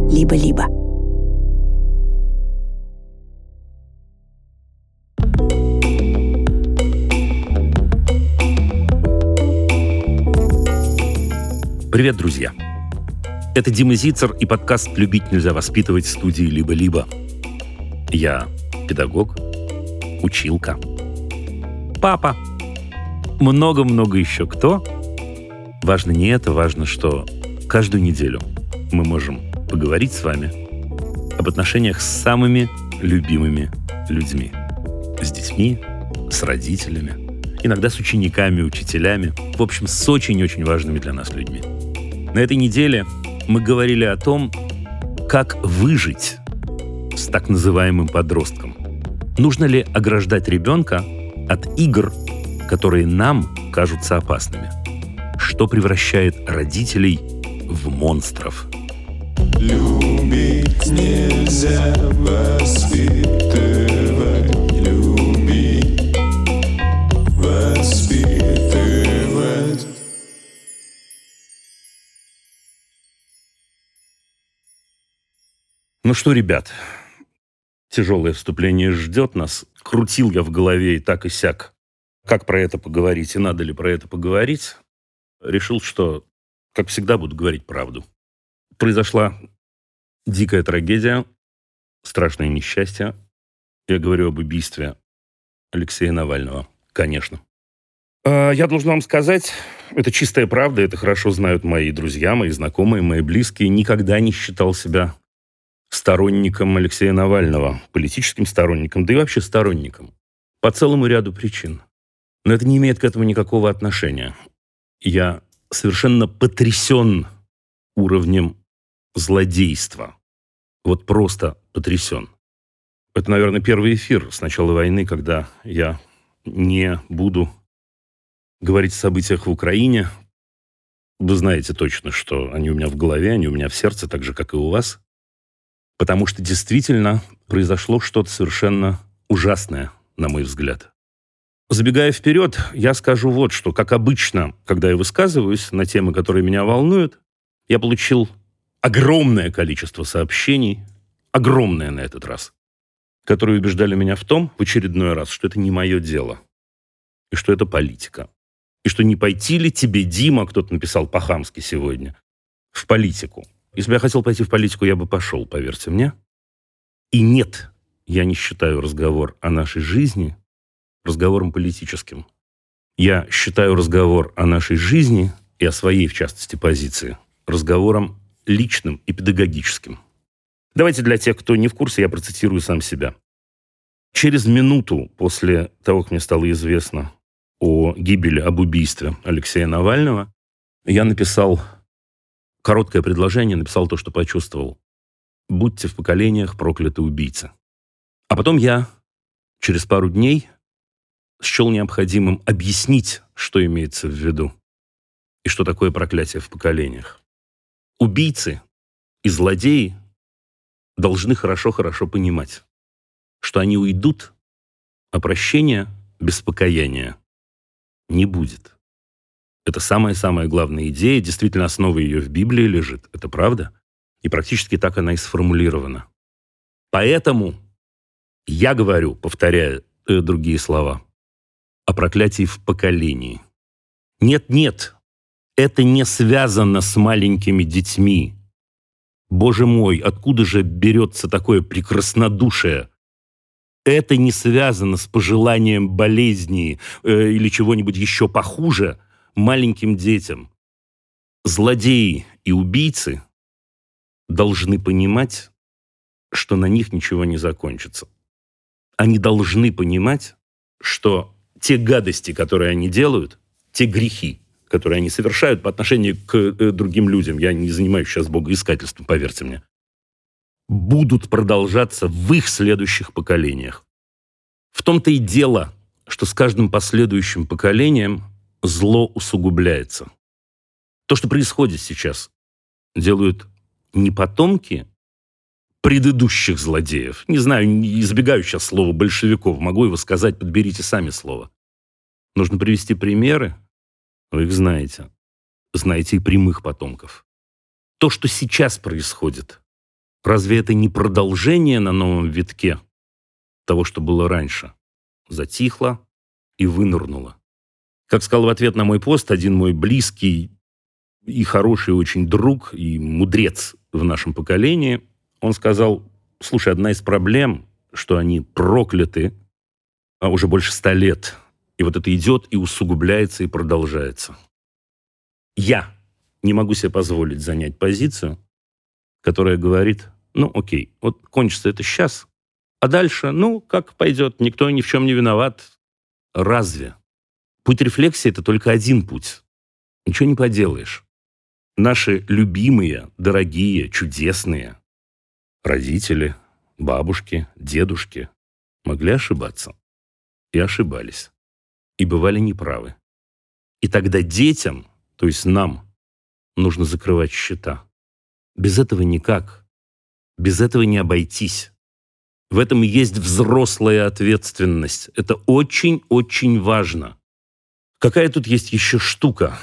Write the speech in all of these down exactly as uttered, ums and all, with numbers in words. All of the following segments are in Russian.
«Либо-либо». Привет, друзья! Это Дима Зицер и подкаст «Любить нельзя воспитывать» в студии «Либо-либо». Я педагог, училка, папа, много-много еще кто. Важно не это, важно, что каждую неделю мы можем поговорить с вами об отношениях с самыми любимыми людьми. С детьми, с родителями, иногда с учениками, учителями. В общем, с очень-очень важными для нас людьми. На этой неделе мы говорили о том, как выжить с так называемым подростком. Нужно ли ограждать ребенка от игр, которые нам кажутся опасными? Что превращает родителей в монстров? Любить нельзя воспитывать, любить, воспитывать. Ну что, ребят, тяжелое вступление ждет нас. Крутил я в голове и так и сяк. Как про это поговорить и надо ли про это поговорить? Решил, что, как всегда, буду говорить правду. Произошла дикая трагедия, страшное несчастье. Я говорю об убийстве Алексея Навального, конечно. Я должен вам сказать, это чистая правда, это хорошо знают мои друзья, мои знакомые, мои близкие. Никогда не считал себя сторонником Алексея Навального, политическим сторонником, да и вообще сторонником. По целому ряду причин. Но это не имеет к этому никакого отношения. Я совершенно потрясен уровнем злодейства. Вот просто потрясен. Это, наверное, первый эфир с начала войны, когда я не буду говорить о событиях в Украине. Вы знаете точно, что они у меня в голове, они у меня в сердце, так же, как и у вас. Потому что действительно произошло что-то совершенно ужасное, на мой взгляд. Забегая вперед, я скажу вот что. Как обычно, когда я высказываюсь на темы, которые меня волнуют, я получил огромное количество сообщений, огромное на этот раз, которые убеждали меня в том, в очередной раз, что это не мое дело, и что это политика. И что не пойти ли тебе, Дима, кто-то написал по-хамски сегодня, в политику. Если бы я хотел пойти в политику, я бы пошел, поверьте мне. И нет, я не считаю разговор о нашей жизни разговором политическим. Я считаю разговор о нашей жизни и о своей, в частности, позиции разговором личным и педагогическим. Давайте для тех, кто не в курсе, я процитирую сам себя. Через минуту после того, как мне стало известно о гибели, об убийстве Алексея Навального, я написал короткое предложение, написал то, что почувствовал. «Будьте в поколениях прокляты убийцы». А потом я через пару дней счел необходимым объяснить, что имеется в виду и что такое проклятие в поколениях. Убийцы и злодеи должны хорошо-хорошо понимать, что они уйдут, а прощения без покаяния не будет. Это самая-самая главная идея, действительно, основа ее в Библии лежит, это правда, и практически так она и сформулирована. Поэтому я говорю, повторяя э, другие слова, о проклятии в поколении. Нет-нет, это не связано с маленькими детьми. Боже мой, откуда же берется такое прекраснодушие? Это не связано с пожеланием болезни э, или чего-нибудь еще похуже маленьким детям. Злодеи и убийцы должны понимать, что на них ничего не закончится. Они должны понимать, что те гадости, которые они делают, те грехи, которые они совершают по отношению к э, другим людям, я не занимаюсь сейчас богоискательством, поверьте мне, будут продолжаться в их следующих поколениях. В том-то и дело, что с каждым последующим поколением зло усугубляется. То, что происходит сейчас, делают не потомки предыдущих злодеев. Не знаю, не избегаю сейчас слова большевиков. Могу его сказать, подберите сами слово. Нужно привести примеры. Вы их знаете. Знаете и прямых потомков. То, что сейчас происходит, Разве это не продолжение на новом витке того, что было раньше? Затихло и вынырнуло. Как сказал в ответ на мой пост один мой близкий и хороший очень друг, и мудрец в нашем поколении, он сказал: слушай, одна из проблем, что они прокляты а уже больше ста лет. И вот это идет и усугубляется, и продолжается. Я не могу себе позволить занять позицию, которая говорит: ну окей, вот кончится это сейчас, а дальше, ну, как пойдет, никто ни в чем не виноват. Разве? Путь рефлексии – это только один путь. Ничего не поделаешь. Наши любимые, дорогие, чудесные родители, бабушки, дедушки могли ошибаться. И ошибались. И бывали неправы. И тогда детям, то есть нам, нужно закрывать счета. Без этого никак. Без этого не обойтись. В этом и есть взрослая ответственность. Это очень-очень важно. Какая тут есть еще штука?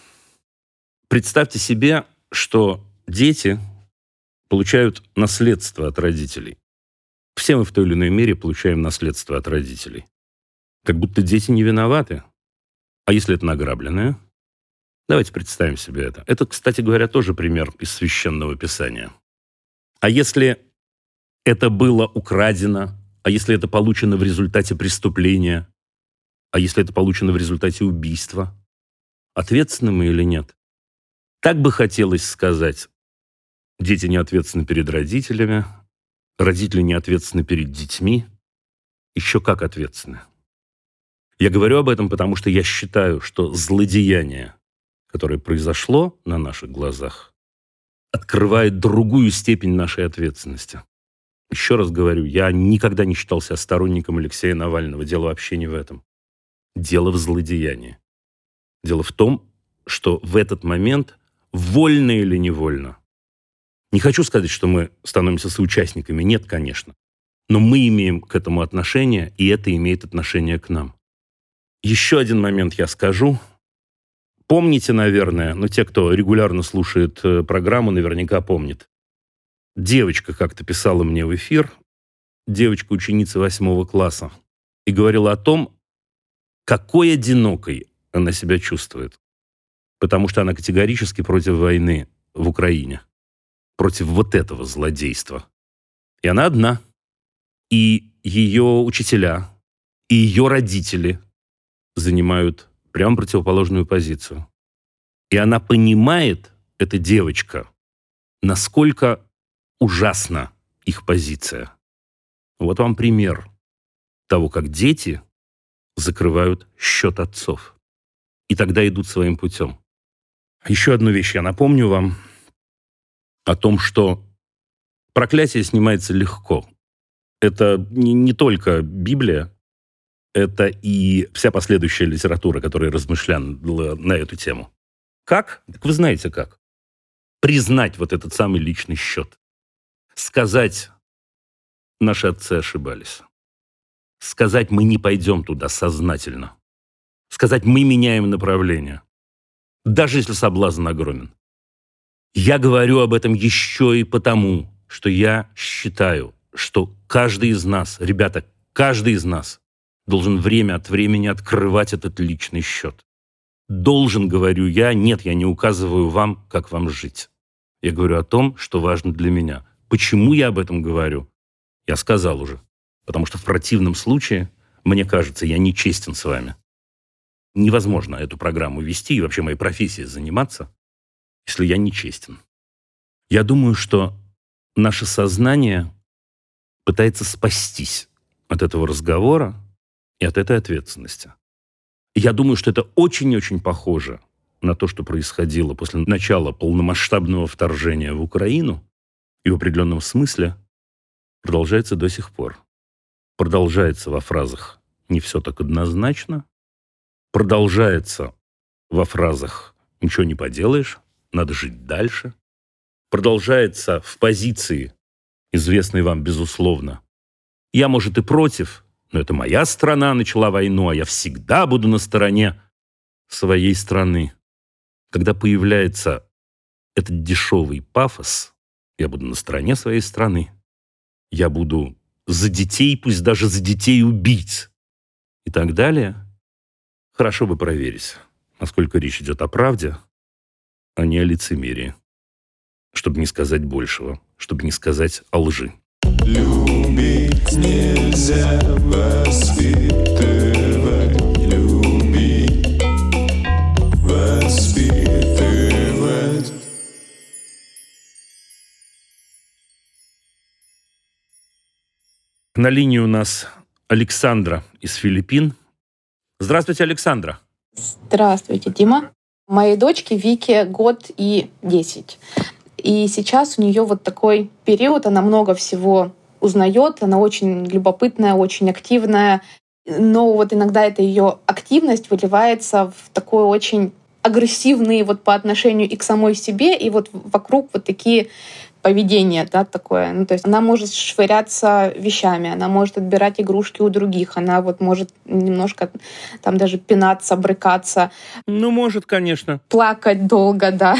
Представьте себе, что дети получают наследство от родителей. Все мы в той или иной мере получаем наследство от родителей. Как будто дети не виноваты. А если это награбленное? Давайте представим себе это. Это, кстати говоря, тоже пример из Священного Писания. А если это было украдено? А если это получено в результате преступления? А если это получено в результате убийства? Ответственны мы или нет? Так бы хотелось сказать: дети не ответственны перед родителями, родители не ответственны перед детьми. Еще как ответственны. Я говорю об этом, потому что я считаю, что злодеяние, которое произошло на наших глазах, открывает другую степень нашей ответственности. Еще раз говорю, я никогда не считал себя сторонником Алексея Навального. Дело вообще не в этом. Дело в злодеянии. Дело в том, что в этот момент, вольно или невольно, не хочу сказать, что мы становимся соучастниками, нет, конечно, но мы имеем к этому отношение, и это имеет отношение к нам. Еще один момент я скажу. Помните, наверное, но те, кто регулярно слушает э, программу, наверняка помнит. Девочка как-то писала мне в эфир, девочка-ученица восьмого класса, и говорила о том, какой одинокой она себя чувствует. Потому что она категорически против войны в Украине. Против вот этого злодейства. И она одна. И ее учителя, и ее родители занимают прямо противоположную позицию. И она понимает, эта девочка, насколько ужасна их позиция. Вот вам пример того, как дети закрывают счет отцов. И тогда идут своим путем. Еще одну вещь я напомню вам о том, что проклятие снимается легко. Это не, не только Библия, это и вся последующая литература, которая размышляла на эту тему. Как? Так вы знаете как. Признать вот этот самый личный счет. Сказать: наши отцы ошибались. Сказать: мы не пойдем туда сознательно. Сказать: мы меняем направление. Даже если соблазн огромен. Я говорю об этом еще и потому, что я считаю, что каждый из нас, ребята, каждый из нас должен время от времени открывать этот личный счет. Должен, говорю я, нет, я не указываю вам, как вам жить. Я говорю о том, что важно для меня. Почему я об этом говорю? Я сказал уже. Потому что в противном случае, мне кажется, я нечестен с вами. Невозможно эту программу вести и вообще моей профессией заниматься, если я нечестен. Я думаю, что наше сознание пытается спастись от этого разговора и от этой ответственности. Я думаю, что это очень-очень похоже на то, что происходило после начала полномасштабного вторжения в Украину и в определенном смысле продолжается до сих пор. Продолжается во фразах «не все так однозначно», продолжается во фразах «ничего не поделаешь, надо жить дальше», продолжается в позиции, известной вам безусловно, «я, может, и против, но это моя страна начала войну, а я всегда буду на стороне своей страны». Когда появляется этот дешевый пафос, Я буду на стороне своей страны. Я буду за детей, пусть даже за детей убийц. И так далее. Хорошо бы проверить, насколько речь идет о правде, а не о лицемерии. Чтобы не сказать большего, чтобы не сказать о лжи. Любить нельзя воспитывать, любить, воспитывать. На линии у нас Александра из Филиппин. Здравствуйте, Александра. Здравствуйте, Дима. Моей дочке Вике год и десять. И сейчас у нее вот такой период, она много всего узнает, она очень любопытная, очень активная. Но вот иногда эта ее активность выливается в такой очень агрессивный вот по отношению и к самой себе, и вот вокруг вот такие поведение, да, такое. Ну, то есть она может швыряться вещами, она может отбирать игрушки у других, она вот может немножко там даже пинаться, брыкаться. Ну, может, конечно. Плакать долго, да.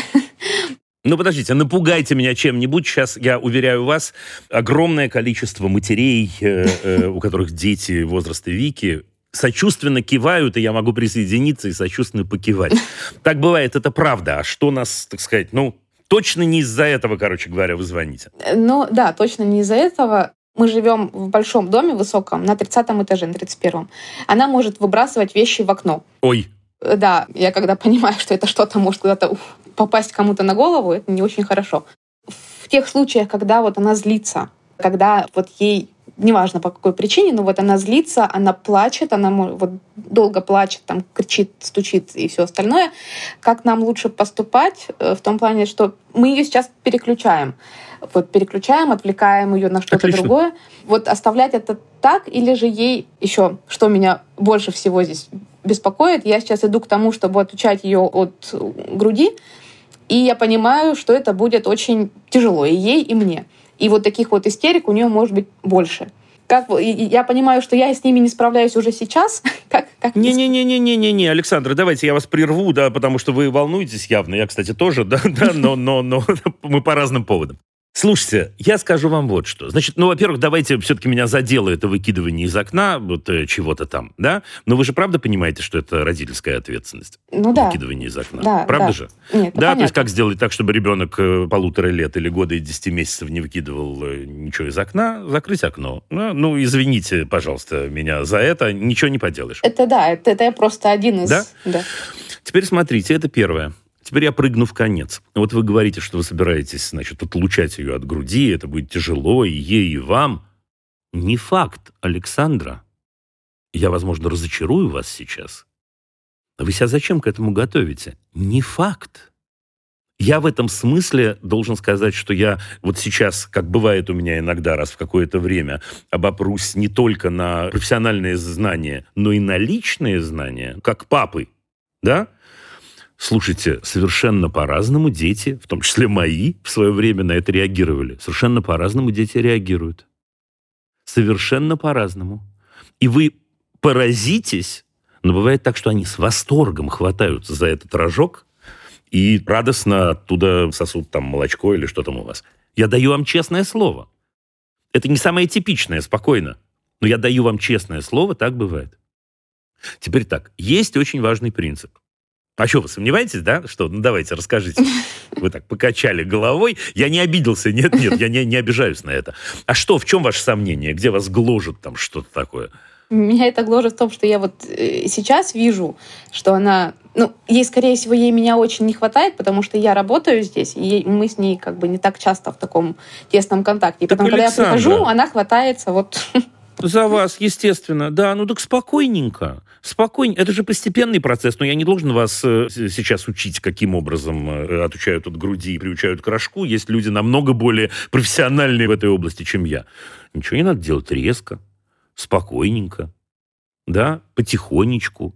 Ну, подождите, напугайте меня чем-нибудь. Сейчас, я уверяю вас, огромное количество матерей, э, э, у которых дети возраста Вики, сочувственно кивают, и я могу присоединиться и сочувственно покивать. Так бывает, это правда. А что нас, так сказать, ну, точно не из-за этого, короче говоря, вы звоните? Ну, да, точно не из-за этого. Мы живем в большом доме высоком, на тридцатом этаже, на тридцать первом. Она может выбрасывать вещи в окно. Ой. Да, я когда понимаю, что это что-то может куда-то уф, попасть кому-то на голову, это не очень хорошо. В тех случаях, когда вот она злится, когда вот ей, неважно по какой причине, но вот она злится, она плачет, она вот долго плачет, там кричит, стучит и все остальное, как нам лучше поступать в том плане, что мы ее сейчас переключаем. Вот переключаем, отвлекаем ее на что-то Отлично. другое. Вот оставлять это так, или же ей еще, что меня больше всего здесь беспокоит, я сейчас иду к тому, чтобы отучать ее от груди, и я понимаю, что это будет очень тяжело и ей, и мне. И вот таких вот истерик у нее может быть больше. Как, я понимаю, что я с ними не справляюсь уже сейчас. Как, как Не-не-не-не-не-не, Александра, давайте я вас прерву, да, потому что вы волнуетесь явно. Я, кстати, тоже, да, да, но, но, но мы по разным поводам. Слушайте, я скажу вам вот что. Значит, ну, во-первых, давайте, все-таки меня задело это выкидывание из окна, вот э, чего-то там, да? Но вы же правда понимаете, что это родительская ответственность? Ну да. Выкидывание из окна. Да, правда да. же? Нет, да, понятно. то есть как сделать так, чтобы ребенок э, полутора лет или года и десяти месяцев не выкидывал э, ничего из окна? Закрыть окно. Ну, ну, извините, пожалуйста, меня за это, ничего не поделаешь. Это да, это, это просто один из... Да? Да. Теперь смотрите, это первое. Теперь я прыгну в конец. Вот вы говорите, что вы собираетесь, значит, отлучать ее от груди, это будет тяжело и ей, и вам. Не факт, Александра. Я, возможно, разочарую вас сейчас. Но вы себя зачем к этому готовите? Не факт. Я в этом смысле должен сказать, что я вот сейчас, как бывает у меня иногда раз в какое-то время, обопрусь не только на профессиональные знания, но и на личные знания, как папы, да? Слушайте, совершенно по-разному дети, в том числе мои, в свое время на это реагировали. Совершенно по-разному дети реагируют. Совершенно по-разному. И вы поразитесь, но бывает так, что они с восторгом хватаются за этот рожок и радостно оттуда сосут там молочко или что там у вас. Я даю вам честное слово. Это не самое типичное, спокойно. Но я даю вам честное слово, так бывает. Теперь так, есть очень важный принцип. А что, вы сомневаетесь, да? Что? Ну, давайте, расскажите. Вы так покачали головой. Я не обиделся. Нет, нет, я не, не обижаюсь на это. А что, в чем ваше сомнение? Где вас гложет там что-то такое? Меня это гложет в том, что я вот э, сейчас вижу, что она... Ну, ей, скорее всего, ей меня очень не хватает, потому что я работаю здесь, и мы с ней как бы не так часто в таком тесном контакте. И Так, потом, когда Александра, я прихожу, она хватается вот... За вас, естественно. Да, ну так спокойненько. Спокойненько. Это же постепенный процесс, но я не должен вас э, сейчас учить, каким образом э, отучают от груди и приучают к рожку. Есть люди намного более профессиональные в этой области, чем я. Ничего не надо делать резко, спокойненько, да, потихонечку.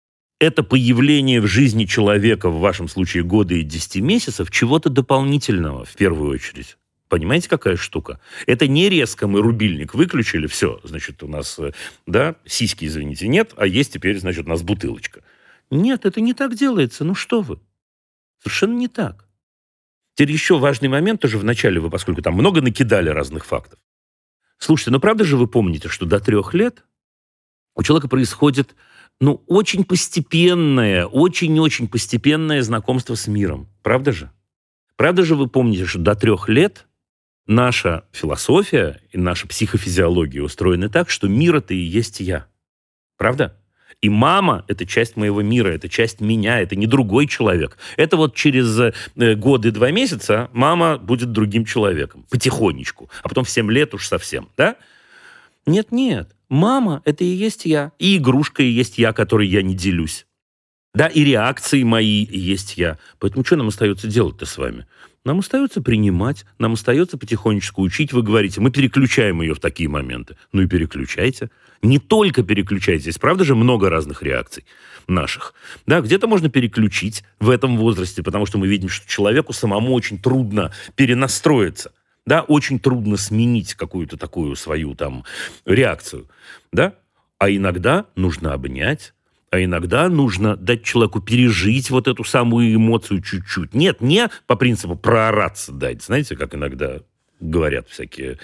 Это появление в жизни человека, в вашем случае года и десяти месяцев, чего-то дополнительного, в первую очередь. Понимаете, какая штука? Это не резко мы рубильник выключили, все, значит, у нас, да, сиськи, извините, нет, а есть теперь, значит, у нас бутылочка. Нет, это не так делается, ну что вы. Совершенно не так. Теперь еще важный момент тоже в начале, вы, поскольку там много накидали разных фактов. Слушайте, ну правда же вы помните, что до трех лет у человека происходит, ну, очень постепенное, очень-очень постепенное знакомство с миром. Правда же? Правда же вы помните, что до трех лет наша философия и наша психофизиология устроены так, что мир — это и есть я. Правда? И мама — это часть моего мира, это часть меня, это не другой человек. Это вот через э, год и два месяца мама будет другим человеком. Потихонечку. А потом в семь лет уж совсем. Да? Нет-нет. Мама — это и есть я. И игрушка и есть я, которой я не делюсь. Да, и реакции мои и есть я. Поэтому что нам остается делать-то с вами? Нам остается принимать, нам остается потихонечку учить. Вы говорите, мы переключаем ее в такие моменты. Ну и переключайте. Не только переключайтесь. Правда же много разных реакций наших. Да, где-то можно переключить в этом возрасте, потому что мы видим, что человеку самому очень трудно перенастроиться. Да, очень трудно сменить какую-то такую свою там реакцию. Да? А иногда нужно обнять. А иногда нужно дать человеку пережить вот эту самую эмоцию чуть-чуть. Нет, не по принципу проораться дать. Знаете, как иногда говорят всякие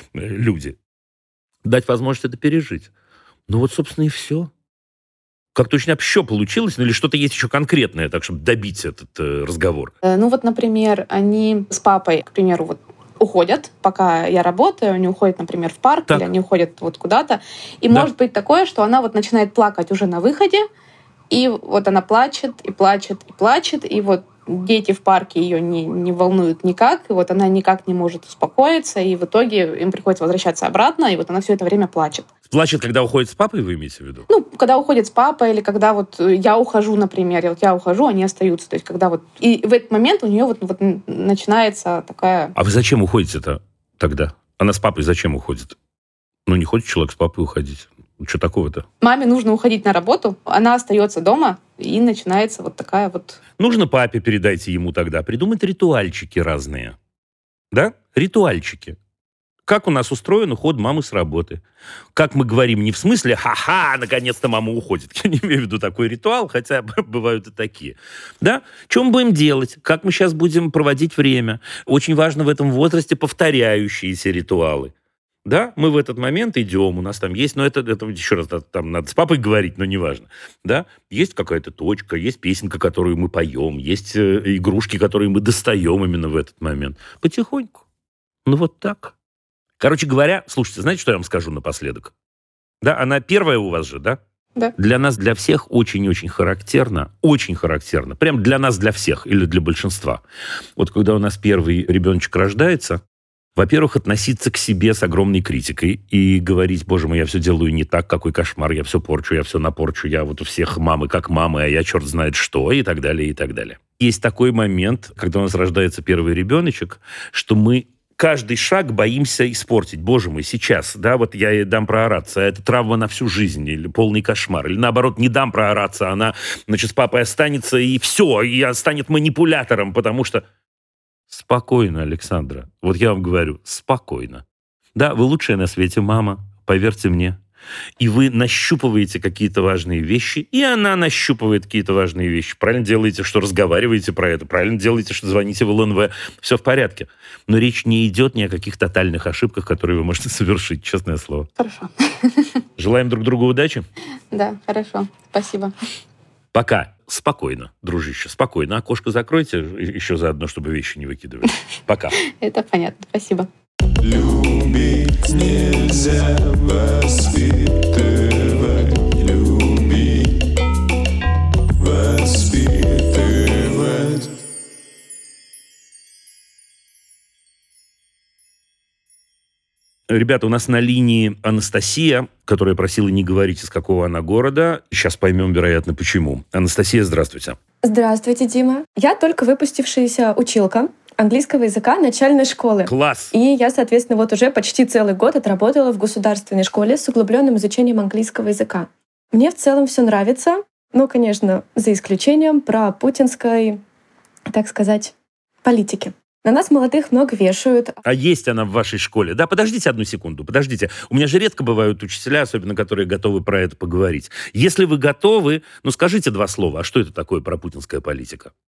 люди. Дать возможность это пережить. Ну вот, собственно, и все. Как-то очень общо получилось, ну или что-то есть еще конкретное, так, чтобы добить этот э, разговор. Ну вот, например, они с папой, к примеру, вот уходят, пока я работаю, они уходят, например, в парк, так. Или они уходят вот куда-то. И да. Может быть такое, что она вот начинает плакать уже на выходе, и вот она плачет, и плачет, и плачет, и вот дети в парке ее не, не волнуют никак, и вот она никак не может успокоиться, и в итоге им приходится возвращаться обратно, и вот она все это время плачет. Плачет, когда уходит с папой, вы имеете в виду? Ну, когда уходит с папой, или когда вот я ухожу, например, и вот я ухожу, они остаются. То есть когда вот... И в этот момент у нее вот, вот начинается такая... А вы зачем уходите-то тогда? Она с папой зачем уходит? Ну, не хочет человек с папой уходить. Что такого-то? Маме нужно уходить на работу, она остается дома, и начинается вот такая вот... Нужно папе, передайте ему тогда, придумать ритуальчики разные. Да? Ритуальчики. Как у нас устроен уход мамы с работы. Как мы говорим, не в смысле «ха-ха, наконец-то мама уходит». Я не имею в виду такой ритуал, хотя бывают и такие. Да? Что мы будем делать? Как мы сейчас будем проводить время? Очень важно в этом возрасте повторяющиеся ритуалы. Да, мы в этот момент идем, у нас там есть, но это, это еще раз, там надо с папой говорить, но неважно. Да, есть какая-то точка, есть песенка, которую мы поем, есть э, игрушки, которые мы достаем именно в этот момент. Потихоньку. Ну вот так. Короче говоря, слушайте, знаете, что я вам скажу напоследок? Да, она первая у вас же, да? Да. Для нас, для всех очень-очень характерно, очень характерно, прям для нас, для всех или для большинства. Вот когда у нас первый ребеночек рождается, во-первых, относиться к себе с огромной критикой и говорить, боже мой, я все делаю не так, какой кошмар, я все порчу, я все напорчу, я вот у всех мамы как мамы, а я черт знает что, и так далее, и так далее. Есть такой момент, когда у нас рождается первый ребеночек, что мы каждый шаг боимся испортить. Боже мой, сейчас, да, вот я ей дам проораться, а это травма на всю жизнь, или полный кошмар. Или наоборот, не дам проораться, она, значит, с папой останется, и все, и станет манипулятором, потому что... Спокойно, Александра. Вот я вам говорю, спокойно. Да, вы лучшая на свете мама, поверьте мне. И вы нащупываете какие-то важные вещи, и она нащупывает какие-то важные вещи. Правильно делаете, что разговариваете про это, правильно делаете, что звоните в эл эн вэ. Все в порядке. Но речь не идет ни о каких тотальных ошибках, которые вы можете совершить, честное слово. Хорошо. Желаем друг другу удачи. Да, хорошо. Спасибо. Пока. Спокойно, дружище, спокойно. Окошко закройте еще заодно, чтобы вещи не выкидывали. Пока. Это понятно. Спасибо. Любить нельзя воспитывать, любить, воспитывать. Ребята, у нас на линии Анастасия, которая просила не говорить, из какого она города. Сейчас поймем, вероятно, почему. Анастасия, здравствуйте. Здравствуйте, Дима. Я только выпустившаяся училка английского языка начальной школы. Класс! И я, соответственно, вот уже почти целый год отработала в государственной школе с углубленным изучением английского языка. Мне в целом все нравится, но, конечно, за исключением про путинской, так сказать, политики. На нас, молодых, много вешают. А есть она в вашей школе? Да, подождите одну секунду, подождите. У меня же редко бывают учителя, особенно которые готовы про это поговорить. Если вы готовы, ну скажите два слова. А что это такое пропутинская политика?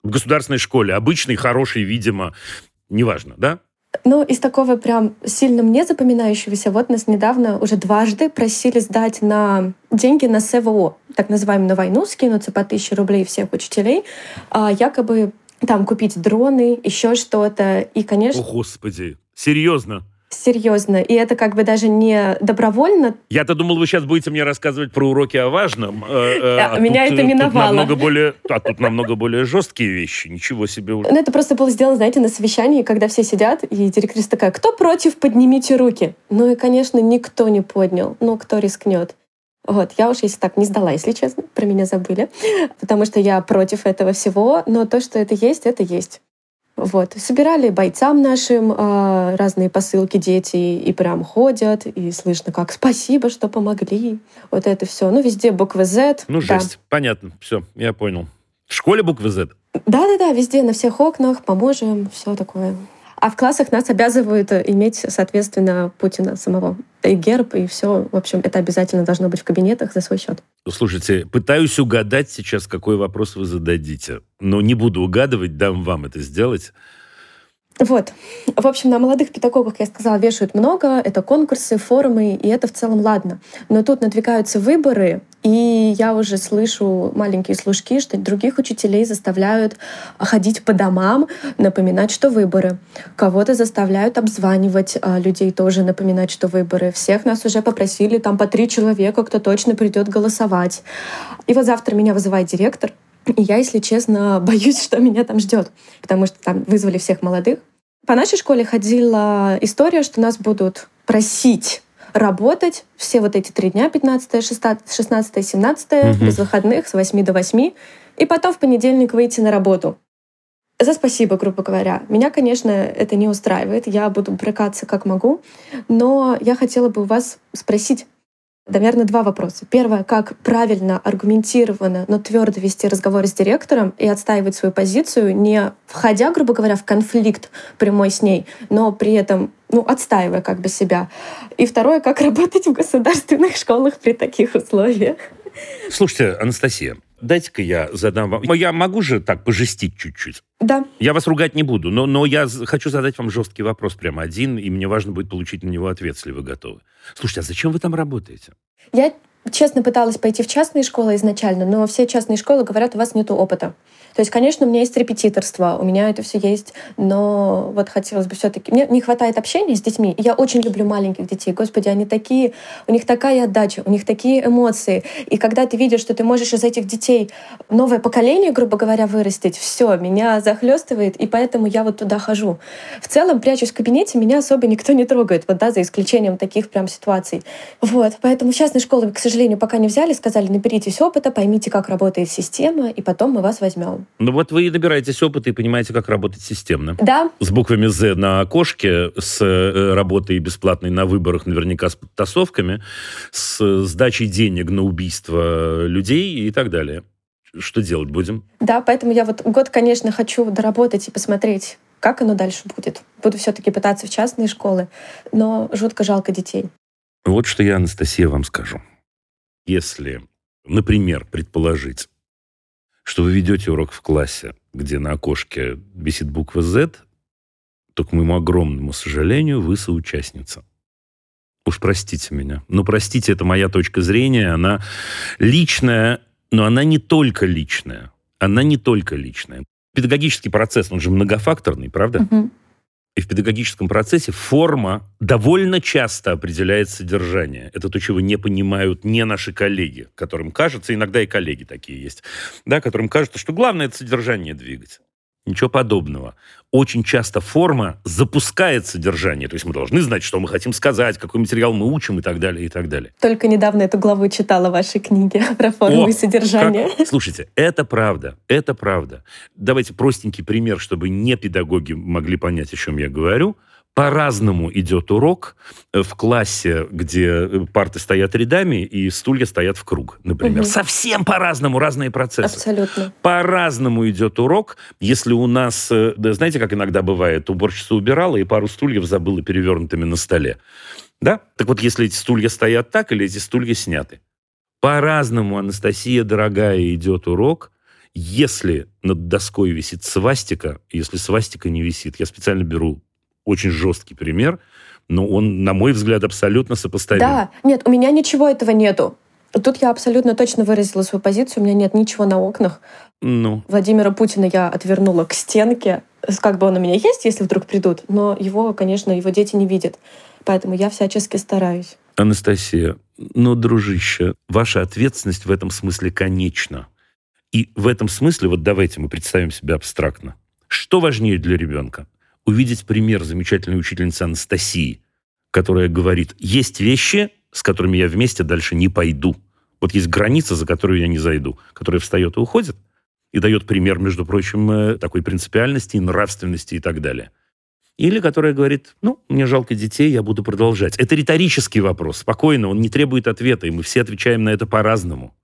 В государственной школе, обычной, хорошей, видимо, неважно, да? Ну, из такого прям сильно мне запоминающегося, вот нас недавно уже дважды просили сдать на деньги на СВО, так называемую, на войну, скинуться по тысяче рублей всех учителей, а якобы там купить дроны, еще что-то. И, конечно... О, Господи, серьезно? Серьезно. И это как бы даже не добровольно. Я-то думал, вы сейчас будете мне рассказывать про уроки о важном. А меня тут, это миновало. Тут намного более, а тут намного более жесткие вещи. Ничего себе. Ну, это просто было сделано, знаете, на совещании, когда все сидят, и директриса такая: кто против, поднимите руки. Ну и, конечно, никто не поднял. Ну, кто рискнет? Вот, я уж, если так, не сдала, если честно, про меня забыли, потому что я против этого всего, но то, что это есть, это есть. Вот. Собирали бойцам нашим э, разные посылки дети, и прям ходят, и слышно, как «спасибо, что помогли». Вот это все. Ну, везде буквы «З». Ну, да. жесть. Понятно. Все, я понял. В школе буквы «З»? Да-да-да, везде, на всех окнах, поможем, все такое. А в классах нас обязывают иметь, соответственно, Путина самого. И герб, и все. В общем, это обязательно должно быть в кабинетах за свой счет. Слушайте, пытаюсь угадать сейчас, какой вопрос вы зададите. Но не буду угадывать, дам вам это сделать. Вот. В общем, на молодых педагогах, я сказала, вешают много. Это конкурсы, форумы, и это в целом ладно. Но тут надвигаются выборы, и я уже слышу маленькие слушки, что других учителей заставляют ходить по домам, напоминать, что выборы. Кого-то заставляют обзванивать а, людей, тоже напоминать, что выборы. Всех нас уже попросили там по три человека, кто точно придет голосовать. И вот завтра меня вызывает директор, и я, если честно, боюсь, что меня там ждет, потому что там вызвали всех молодых. По нашей школе ходила история, что нас будут просить работать все вот эти три дня, пятнадцатое, шестнадцатое, семнадцатое, угу. без выходных, с восьми до восьми, и потом в понедельник выйти на работу. За спасибо, грубо говоря. Меня, конечно, это не устраивает, я буду брыкаться как могу, но я хотела бы у вас спросить, наверное, два вопроса. Первое, как правильно, аргументированно, но твердо вести разговор с директором и отстаивать свою позицию, не входя, грубо говоря, в конфликт прямой с ней, но при этом, ну, отстаивая как бы себя. И второе, как работать в государственных школах при таких условиях. Слушайте, Анастасия, дайте-ка я задам вам... Я могу же так пожестить чуть-чуть? Да. Я вас ругать не буду, но, но я хочу задать вам жесткий вопрос прямо один, и мне важно будет получить на него ответ, если вы готовы. Слушайте, а зачем вы там работаете? Я честно пыталась пойти в частные школы изначально, но все частные школы говорят, у вас нет опыта. То есть, конечно, у меня есть репетиторство, у меня это все есть, но вот хотелось бы все-таки... Мне не хватает общения с детьми. Я очень люблю маленьких детей. Господи, они такие... У них такая отдача, у них такие эмоции. И когда ты видишь, что ты можешь из этих детей новое поколение, грубо говоря, вырастить, все, меня захлестывает, и поэтому я вот туда хожу. В целом, прячусь в кабинете, меня особо никто не трогает, вот, да, за исключением таких прям ситуаций. Вот, поэтому в частной школы, к сожалению, пока не взяли, сказали, наберитесь опыта, поймите, как работает система, и потом мы вас возьмем. Ну вот вы набираетесь опыта и понимаете, как работать системно. Да. С буквами «З» на окошке, с работой бесплатной на выборах, наверняка с подтасовками, с сдачей денег на убийство людей и так далее. Что делать будем? Да, поэтому я вот год, конечно, хочу доработать и посмотреть, как оно дальше будет. Буду все-таки пытаться в частные школы, но жутко жалко детей. Вот что я, Анастасия, вам скажу. Если, например, предположить, что вы ведете урок в классе, где на окошке висит буква «З», то, к моему огромному сожалению, вы соучастница. Уж простите меня. Ну, простите, это моя точка зрения. Она личная, но она не только личная. Она не только личная. Педагогический процесс, он же многофакторный, правда? Угу. И в педагогическом процессе форма довольно часто определяет содержание. Это то, чего не понимают не наши коллеги, которым кажется, иногда и коллеги такие есть, да, которым кажется, что главное — это содержание двигать. Ничего подобного. Очень часто форма запускает содержание. То есть мы должны знать, что мы хотим сказать, какой материал мы учим и так далее, и так далее. Только недавно эту главу читала в вашей книге про форму О, и содержание. Как? Слушайте, это правда, это правда. Давайте простенький пример, чтобы не педагоги могли понять, о чем я говорю. По-разному идет урок в классе, где парты стоят рядами и стулья стоят в круг, например. Угу. Совсем по-разному, разные процессы. Абсолютно. По-разному идет урок, если у нас, да, знаете, как иногда бывает, уборщица убирала и пару стульев забыла перевернутыми на столе. Да? Так вот, если эти стулья стоят так или эти стулья сняты. По-разному, Анастасия, дорогая, идет урок, Если над доской висит свастика, если свастика не висит, я специально беру очень жесткий пример, но он, на мой взгляд, абсолютно сопоставим. Да, нет, у меня ничего этого нету. Тут я абсолютно точно выразила свою позицию. У меня нет ничего на окнах. Ну. Владимира Путина я отвернула к стенке. Как бы он у меня есть, если вдруг придут, но его, конечно, его дети не видят. Поэтому я всячески стараюсь. Анастасия, ну, дружище, ваша ответственность в этом смысле конечна. И в этом смысле, вот давайте мы представим себя абстрактно. Что важнее для ребенка? Увидеть пример замечательной учительницы Анастасии, которая говорит, есть вещи, с которыми я вместе дальше не пойду. Вот есть граница, за которую я не зайду, которая встает и уходит, и дает пример, между прочим, такой принципиальности, нравственности и так далее. Или которая говорит, ну, мне жалко детей, я буду продолжать. Это риторический вопрос, спокойно, он не требует ответа, и мы все отвечаем на это по-разному.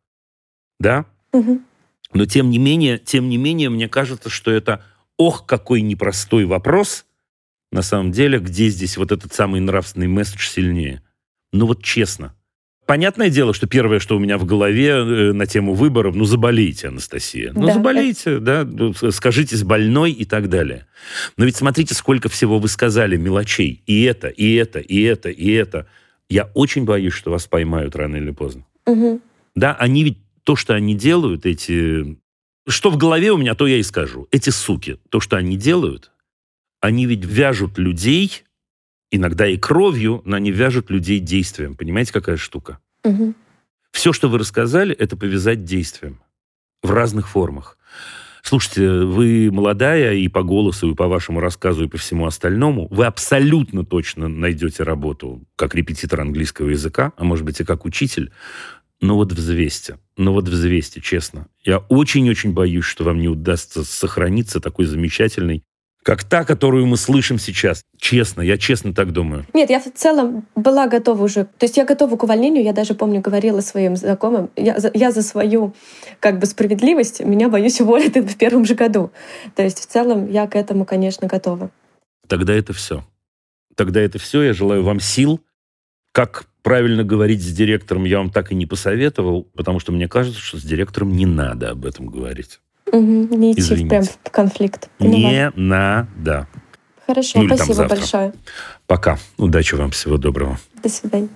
Да? Угу. Но тем не менее, тем не менее, мне кажется, что это, ох, какой непростой вопрос, на самом деле, где здесь вот этот самый нравственный месседж сильнее. Ну вот честно. Понятное дело, что первое, что у меня в голове э, на тему выборов, ну заболейте, Анастасия. Ну да, заболейте, да, скажитесь больной и так далее. Но ведь смотрите, сколько всего вы сказали, мелочей. И это, и это, и это, и это. Я очень боюсь, что вас поймают рано или поздно. Угу. Да, они ведь то, что они делают, эти... Что в голове у меня, то я и скажу. Эти суки, то, что они делают, они ведь вяжут людей... Иногда и кровью, но они вяжут людей действием. Понимаете, какая штука? Угу. Все, что вы рассказали, это повязать действием. В разных формах. Слушайте, вы молодая, и по голосу, и по вашему рассказу, и по всему остальному, вы абсолютно точно найдете работу как репетитор английского языка, а может быть и как учитель. Но вот взвесьте. Но вот взвесьте, честно. Я очень-очень боюсь, что вам не удастся сохраниться такой замечательной, как та, которую мы слышим сейчас. Честно, я честно так думаю. Нет, я в целом была готова уже. То есть я готова к увольнению. Я даже, помню, говорила своим знакомым, я за, я за свою как бы справедливость, меня, боюсь, уволят в первом же году. То есть в целом я к этому, конечно, готова. Тогда это все. Тогда это все. Я желаю вам сил. Как правильно говорить с директором, я вам так и не посоветовал, потому что мне кажется, что с директором не надо об этом говорить. Угу, не идти Извините. прям в конфликт. Не надо. Хорошо, ну, спасибо большое. Пока. Удачи вам, всего доброго. До свидания.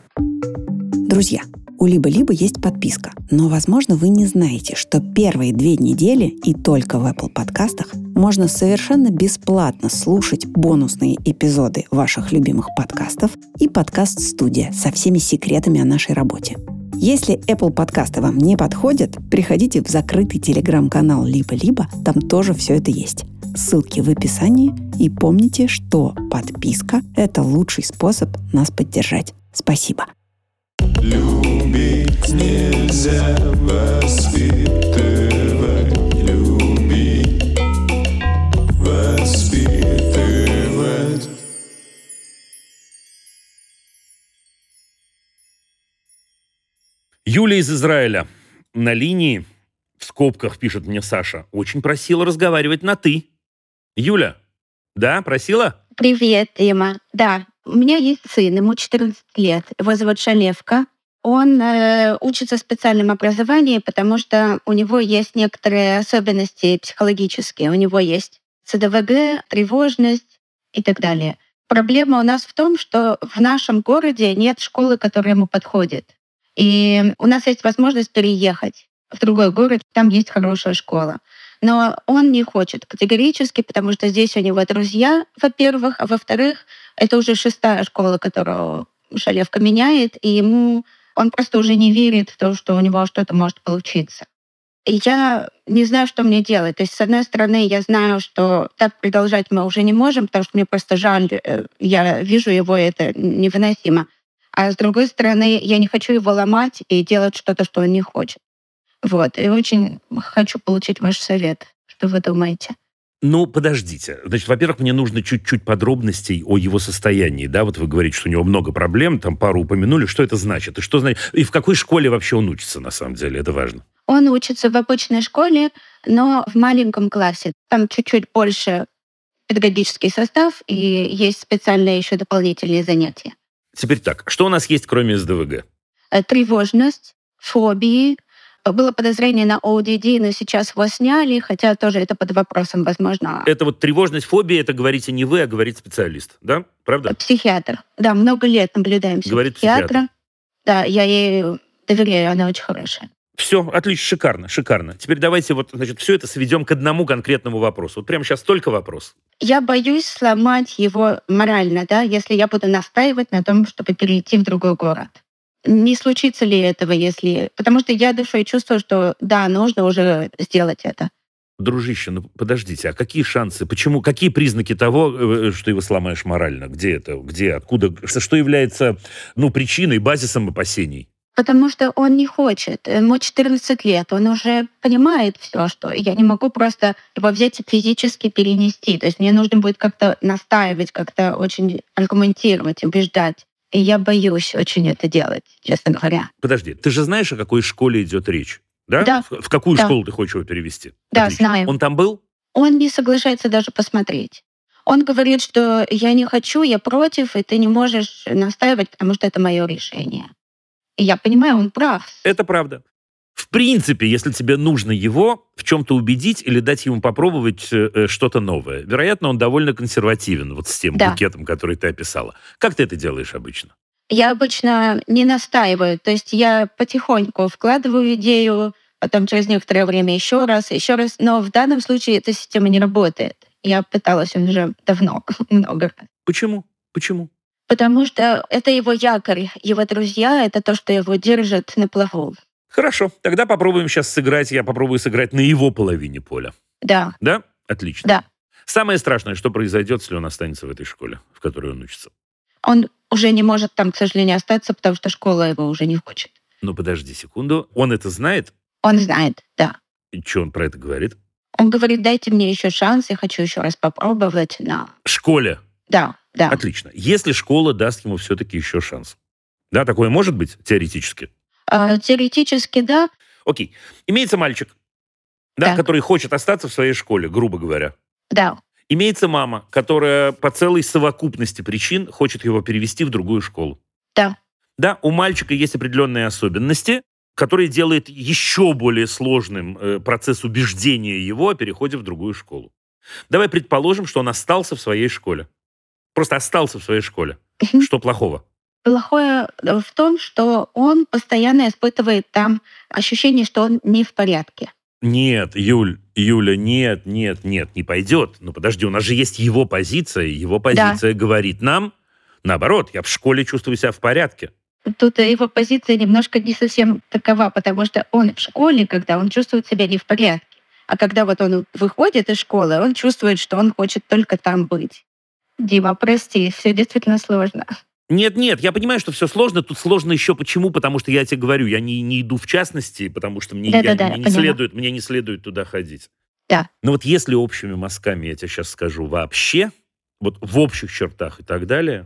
Друзья, у Либо-Либо есть подписка, но, возможно, вы не знаете, что первые две недели и только в Apple подкастах можно совершенно бесплатно слушать бонусные эпизоды ваших любимых подкастов и подкаст-студия со всеми секретами о нашей работе. Если Apple подкасты вам не подходят, приходите в закрытый телеграм-канал Либо-Либо, там тоже все это есть. Ссылки в описании, и помните, что подписка – это лучший способ нас поддержать. Спасибо. Любить нельзя воспитывать, любить, воспитывать. Юля из Израиля на линии, в скобках пишет мне Саша, очень просила разговаривать на «ты». Юля, да, просила? Привет, Дима. Да, у меня есть сын, ему четырнадцать лет, его зовут Шалевка. Он э, учится в специальном образовании, потому что у него есть некоторые особенности психологические. У него есть цэ дэ вэ гэ, тревожность и так далее. Проблема у нас в том, что в нашем городе нет школы, которая ему подходит. И у нас есть возможность переехать в другой город, там есть хорошая школа. Но он не хочет категорически, потому что здесь у него друзья, во-первых, а во-вторых, это уже шестая школа, которую Шалевка меняет, и ему он просто уже не верит в то, что у него что-то может получиться. И я не знаю, что мне делать. То есть, с одной стороны, я знаю, что так продолжать мы уже не можем, потому что мне просто жаль, я вижу его, и это невыносимо. А с другой стороны, я не хочу его ломать и делать что-то, что он не хочет. Вот. И очень хочу получить ваш совет. Что вы думаете? Ну, подождите. Значит, во-первых, мне нужно чуть-чуть подробностей о его состоянии. Да, вот вы говорите, что у него много проблем, там пару упомянули. Что это значит? И что значит? И в какой школе вообще он учится, на самом деле? Это важно. Он учится в обычной школе, но в маленьком классе. Там чуть-чуть больше педагогический состав, и есть специальные еще дополнительные занятия. Теперь так. Что у нас есть, кроме эс дэ вэ гэ? Тревожность, фобии, Было подозрение на о ди ди, но сейчас его сняли, хотя тоже это под вопросом, возможно. Это вот тревожность, фобия, это говорите не вы, а говорит специалист, да? Правда? Психиатр. Да, много лет наблюдаемся. Говорит психиатра. психиатр. Да, я ей доверяю, она очень хорошая. Все, отлично, шикарно, шикарно. Теперь давайте вот, значит, все это сведем к одному конкретному вопросу. Вот прямо сейчас только вопрос. Я боюсь сломать его морально, да, если я буду настаивать на том, чтобы перейти в другой город. Не случится ли этого, если... Потому что я душой чувствую, что да, нужно уже сделать это. Дружище, ну подождите, а какие шансы? Почему? Какие признаки того, что его сломаешь морально? Где это? Где? Откуда? Что является, ну, причиной, базисом опасений? Потому что он не хочет. Ему четырнадцать лет, он уже понимает все, что я не могу просто его взять и физически перенести. То есть мне нужно будет как-то настаивать, как-то очень аргументировать, убеждать. И я боюсь очень это делать, честно говоря. Подожди, ты же знаешь, о какой школе идет речь? Да? Да. В, в какую Да. школу ты хочешь его перевести? Да, Отлично. знаю. Он там был? Он не соглашается даже посмотреть. Он говорит, что я не хочу, я против, и ты не можешь настаивать, потому что это мое решение. И я понимаю, он прав. Это правда. В принципе, если тебе нужно его в чем-то убедить или дать ему попробовать э, что-то новое, вероятно, он довольно консервативен вот с тем Да. букетом, который ты описала. Как ты это делаешь обычно? Я обычно не настаиваю, то есть я потихоньку вкладываю идею, потом через некоторое время еще раз, еще раз. Но в данном случае эта система не работает. Я пыталась уже давно, много раз. Почему? Почему? Потому что это его якорь, его друзья, это то, что его держит на плаву. Хорошо, тогда попробуем сейчас сыграть, я попробую сыграть на его половине поля. Да, Да? Отлично. да. Самое страшное, что произойдет, если он останется в этой школе, в которой он учится. Он уже не может там, к сожалению, остаться, потому что школа его уже не хочет. Ну, подожди секунду. Он это знает? Он знает, да. И что он про это говорит? Он говорит, дайте мне еще шанс, я хочу еще раз попробовать. Но... Школе. Да, да. Отлично. Если школа даст ему все-таки еще шанс. Да, такое может быть теоретически? А, теоретически, да. Окей. Имеется мальчик, да, Так. который хочет остаться в своей школе, грубо говоря. Да, Имеется мама, которая по целой совокупности причин хочет его перевести в другую школу. да. Да, у мальчика есть определенные особенности, которые делают еще более сложным э, процесс убеждения его о переходе в другую школу. Давай предположим, что он остался в своей школе. Просто остался в своей школе. Мгм. Что плохого? Плохое в том, что он постоянно испытывает там ощущение, что он не в порядке. Нет, Юль, Юля, нет, нет, нет, не пойдет. Ну подожди, у нас же есть его позиция, и его позиция говорит нам, наоборот, я в школе чувствую себя в порядке. Тут его позиция немножко не совсем такова, потому что он в школе, когда он чувствует себя не в порядке. А когда вот он выходит из школы, он чувствует, что он хочет только там быть. Дима, прости, все действительно сложно. Нет, нет, я понимаю, что все сложно. Тут сложно еще почему? Потому что я тебе говорю, я не, не иду в частности, потому что мне, я- Да-да-да, мне не поняла. следует, мне не следует туда ходить. Да. Но вот если общими мазками, я тебе сейчас скажу, вообще, вот в общих чертах и так далее,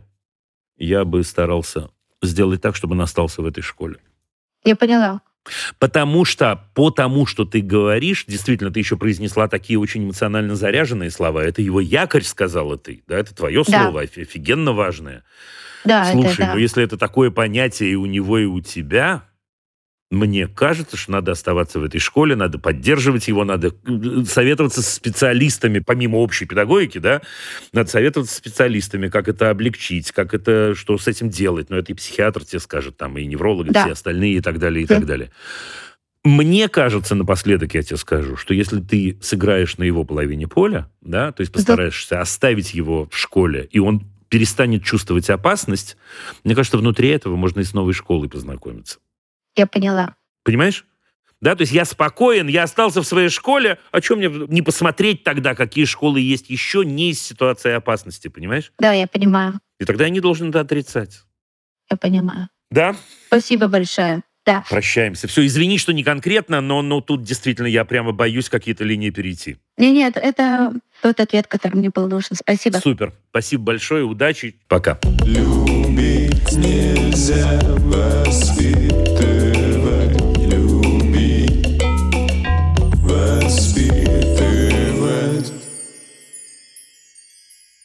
я бы старался сделать так, чтобы он остался в этой школе. Я поняла. Потому что по тому, что ты говоришь, действительно, ты еще произнесла такие очень эмоционально заряженные слова. Это его якорь, сказала ты. Да, это твое Да. слово, офи- офигенно важное. Да, Слушай, это да. ну если это такое понятие и у него, и у тебя, мне кажется, что надо оставаться в этой школе, надо поддерживать его, надо э, советоваться с специалистами, помимо общей педагогики, да, надо советоваться с специалистами, как это облегчить, как это, что с этим делать. Но это и психиатр тебе скажет, там, и неврологи, Да. все остальные, и так далее, и Да. так далее. Мне кажется, напоследок я тебе скажу, что если ты сыграешь на его половине поля, да, то есть постараешься оставить его в школе, и он перестанет чувствовать опасность, мне кажется, внутри этого можно и с новой школой познакомиться. Я поняла. Понимаешь? Да, то есть я спокоен, я остался в своей школе, о чем мне не посмотреть тогда, какие школы есть еще не из ситуации опасности, понимаешь? Да, я понимаю. И тогда я не должен это отрицать. Я понимаю. Да? Спасибо большое. Да. Прощаемся. Все, извини, что не конкретно, но, но тут действительно я прямо боюсь какие-то линии перейти. Нет, нет, это тот ответ, который мне был нужен. Спасибо. Супер. Спасибо большое, удачи. Пока. Любить нельзя воспитывать, любить, воспитывать.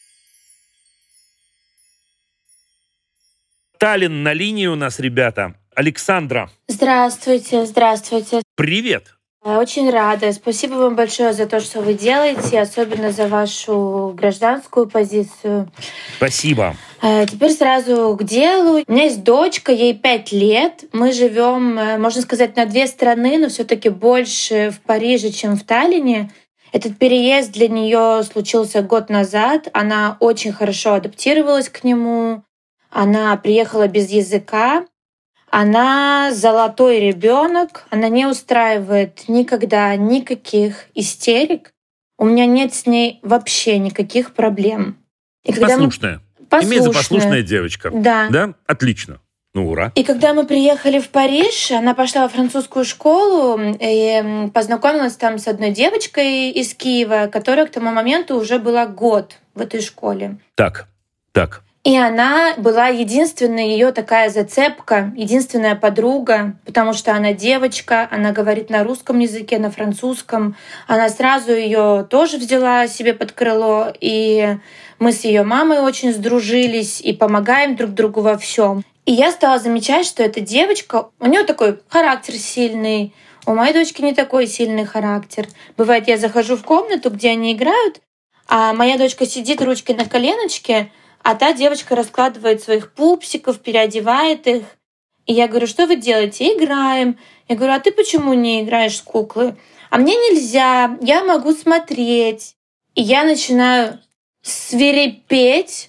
Таллин на линии у нас, ребята. Александра. Здравствуйте, здравствуйте. Привет. Очень рада. Спасибо вам большое за то, что вы делаете, особенно за вашу гражданскую позицию. Спасибо. Теперь сразу к делу. У меня есть дочка, ей пять лет. Мы живем, можно сказать, на две страны, но все-таки больше в Париже, чем в Таллине. Этот переезд для нее случился год назад. Она очень хорошо адаптировалась к нему. Она приехала без языка. Она золотой ребенок, она не устраивает никогда никаких истерик. У меня нет с ней вообще никаких проблем. И послушная. Мы... послушная. Имеется послушная девочка. Да. Да? Отлично. Ну, ура. И когда мы приехали в Париж, она пошла во французскую школу и познакомилась там с одной девочкой из Киева, которая к тому моменту уже была год в этой школе. Так, так. И она была единственная ее такая зацепка, единственная подруга, потому что она девочка, она говорит на русском языке, на французском. Она сразу ее тоже взяла себе под крыло, и мы с ее мамой очень сдружились и помогаем друг другу во всем. И я стала замечать, что эта девочка, у нее такой характер сильный, у моей дочки не такой сильный характер. Бывает, я захожу в комнату, где они играют, а моя дочка сидит ручкой на коленочке, а та девочка раскладывает своих пупсиков, переодевает их. И я говорю, что вы делаете? Играем. Я говорю, а ты почему не играешь в куклы? А мне нельзя, я могу смотреть. И я начинаю свирепеть.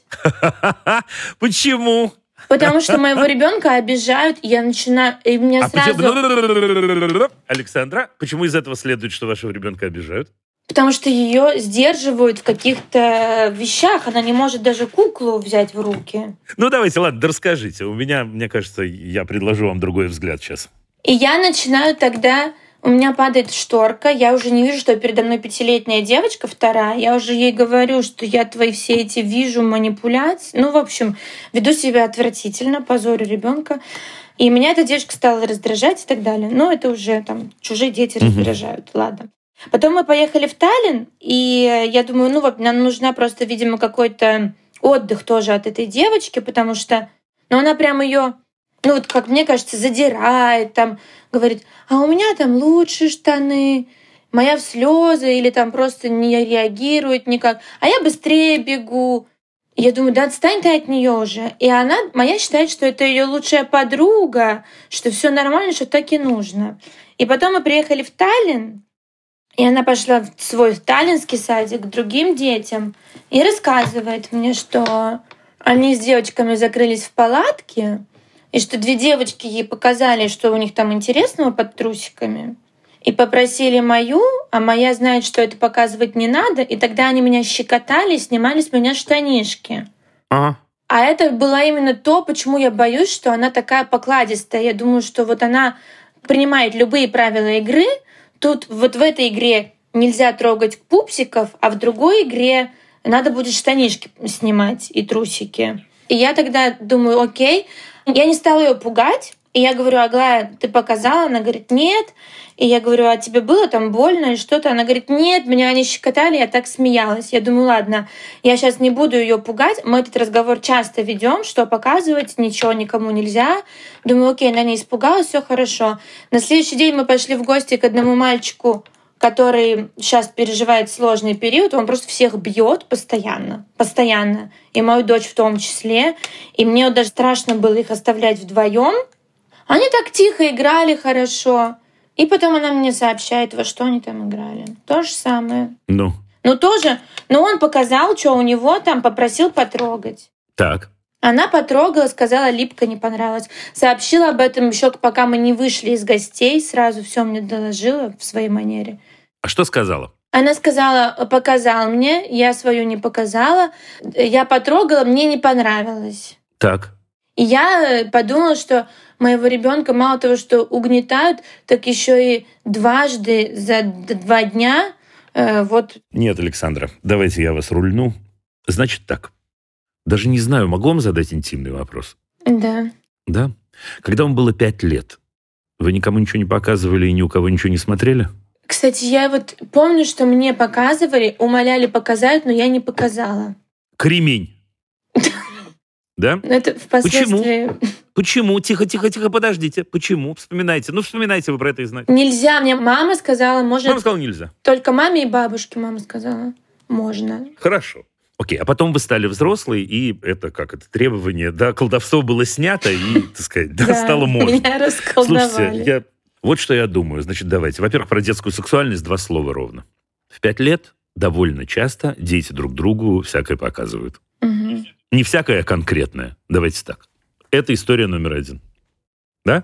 Почему? Потому что моего ребенка обижают, и я начинаю... И мне а сразу... Почему... Александра, почему из этого следует, что вашего ребенка обижают? Потому что ее сдерживают в каких-то вещах. Она не может даже куклу взять в руки. Ну, давайте, ладно, да расскажите. У меня, мне кажется, я предложу вам другой взгляд сейчас. И я начинаю тогда... У меня падает шторка, я уже не вижу, что передо мной пятилетняя девочка вторая. Я уже ей говорю, что я твои все эти вижу манипуляции. Ну, в общем, веду себя отвратительно, позорю ребенка. И меня эта девочка стала раздражать и так далее. Но это уже там чужие дети раздражают. Mm-hmm. Ладно. Потом мы поехали в Таллин, и я думаю, ну вот нам нужна просто, видимо, какой-то отдых тоже от этой девочки, потому что, ну она прям ее, ну вот как мне кажется, задирает, там говорит, а у меня там лучше штаны, моя в слезы или там просто не реагирует никак, а я быстрее бегу. И я думаю, да отстань ты от нее уже. И она, моя считает, что это ее лучшая подруга, что все нормально, что так и нужно. И потом мы приехали в Таллин. И она пошла в свой таллинский садик к другим детям и рассказывает мне, что они с девочками закрылись в палатке, и что две девочки ей показали, что у них там интересного под трусиками, и попросили мою, а моя знает, что это показывать не надо, и тогда они меня щекотали, снимали с меня штанишки. Ага. А это было именно то, почему я боюсь, что она такая покладистая. Я думаю, что вот она принимает любые правила игры. Тут вот в этой игре нельзя трогать пупсиков, а в другой игре надо будет штанишки снимать и трусики. И я тогда думаю, окей. Я не стала ее пугать. И я говорю, Аглая, ты показала? Она говорит, нет. И я говорю, а тебе было там больно или что-то? Она говорит, нет, меня они щекотали, я так смеялась. Я думаю, ладно, я сейчас не буду ее пугать. Мы этот разговор часто ведем, что показывать ничего никому нельзя. Думаю, окей, она не испугалась, все хорошо. На следующий день мы пошли в гости к одному мальчику, который сейчас переживает сложный период. Он просто всех бьет постоянно, постоянно. И мою дочь в том числе. И мне вот даже страшно было их оставлять вдвоем. Они так тихо играли хорошо. И потом она мне сообщает, во что они там играли. То же самое. Ну? Ну тоже. Но он показал, что у него там, попросил потрогать. Так. Она потрогала, сказала, липко не понравилось. Сообщила об этом еще пока мы не вышли из гостей. Сразу все мне доложила в своей манере. А что сказала? Она сказала, показал мне, я свою не показала. Я потрогала, мне не понравилось. Так. И я подумала, что моего ребенка мало того, что угнетают, так еще и дважды за два дня. Э, вот. Нет, Александра, давайте я вас рульну. Значит так. Даже не знаю, могу вам задать интимный вопрос? Да. Да? Когда вам было пять лет, вы никому ничего не показывали и ни у кого ничего не смотрели? Кстати, я вот помню, что мне показывали, умоляли показать, но я не показала. Кремень. Да? Это впоследствии... Почему? Тихо, тихо, тихо, подождите. Почему? Вспоминайте. Ну, вспоминайте вы про это и знаете. Нельзя. Мне мама сказала, может... Мама сказала, нельзя. Только маме и бабушке мама сказала. Можно. Хорошо. Окей, а потом вы стали взрослые, и это как это требование, да, колдовство было снято, и, так сказать, да, стало можно. Меня расколдовали. Слушайте, я... вот что я думаю. Значит, давайте. Во-первых, про детскую сексуальность два слова ровно. В пять лет довольно часто дети друг другу всякое показывают. Угу. Не всякое, а конкретное. Давайте так. Это история номер один. Да?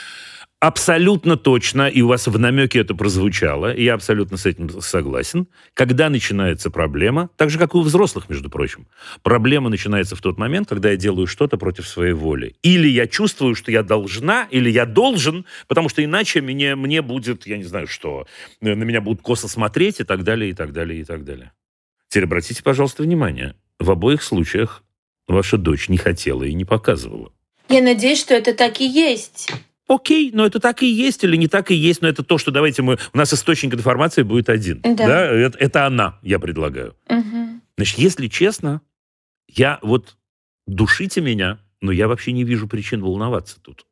Абсолютно точно, и у вас в намеке это прозвучало, и я абсолютно с этим согласен, когда начинается проблема, так же, как и у взрослых, между прочим, проблема начинается в тот момент, когда я делаю что-то против своей воли. Или я чувствую, что я должна, или я должен, потому что иначе мне, мне будет, я не знаю что, на меня будут косо смотреть и так далее, и так далее, и так далее. Теперь обратите, пожалуйста, внимание, в обоих случаях ваша дочь не хотела и не показывала. Я надеюсь, что это так и есть. Окей, но это так и есть или не так и есть, но это то, что давайте мы... У нас источник информации будет один. Да. Да? Это, это она, я предлагаю. Угу. Значит, если честно, я вот... Душите меня, но я вообще не вижу причин волноваться тут.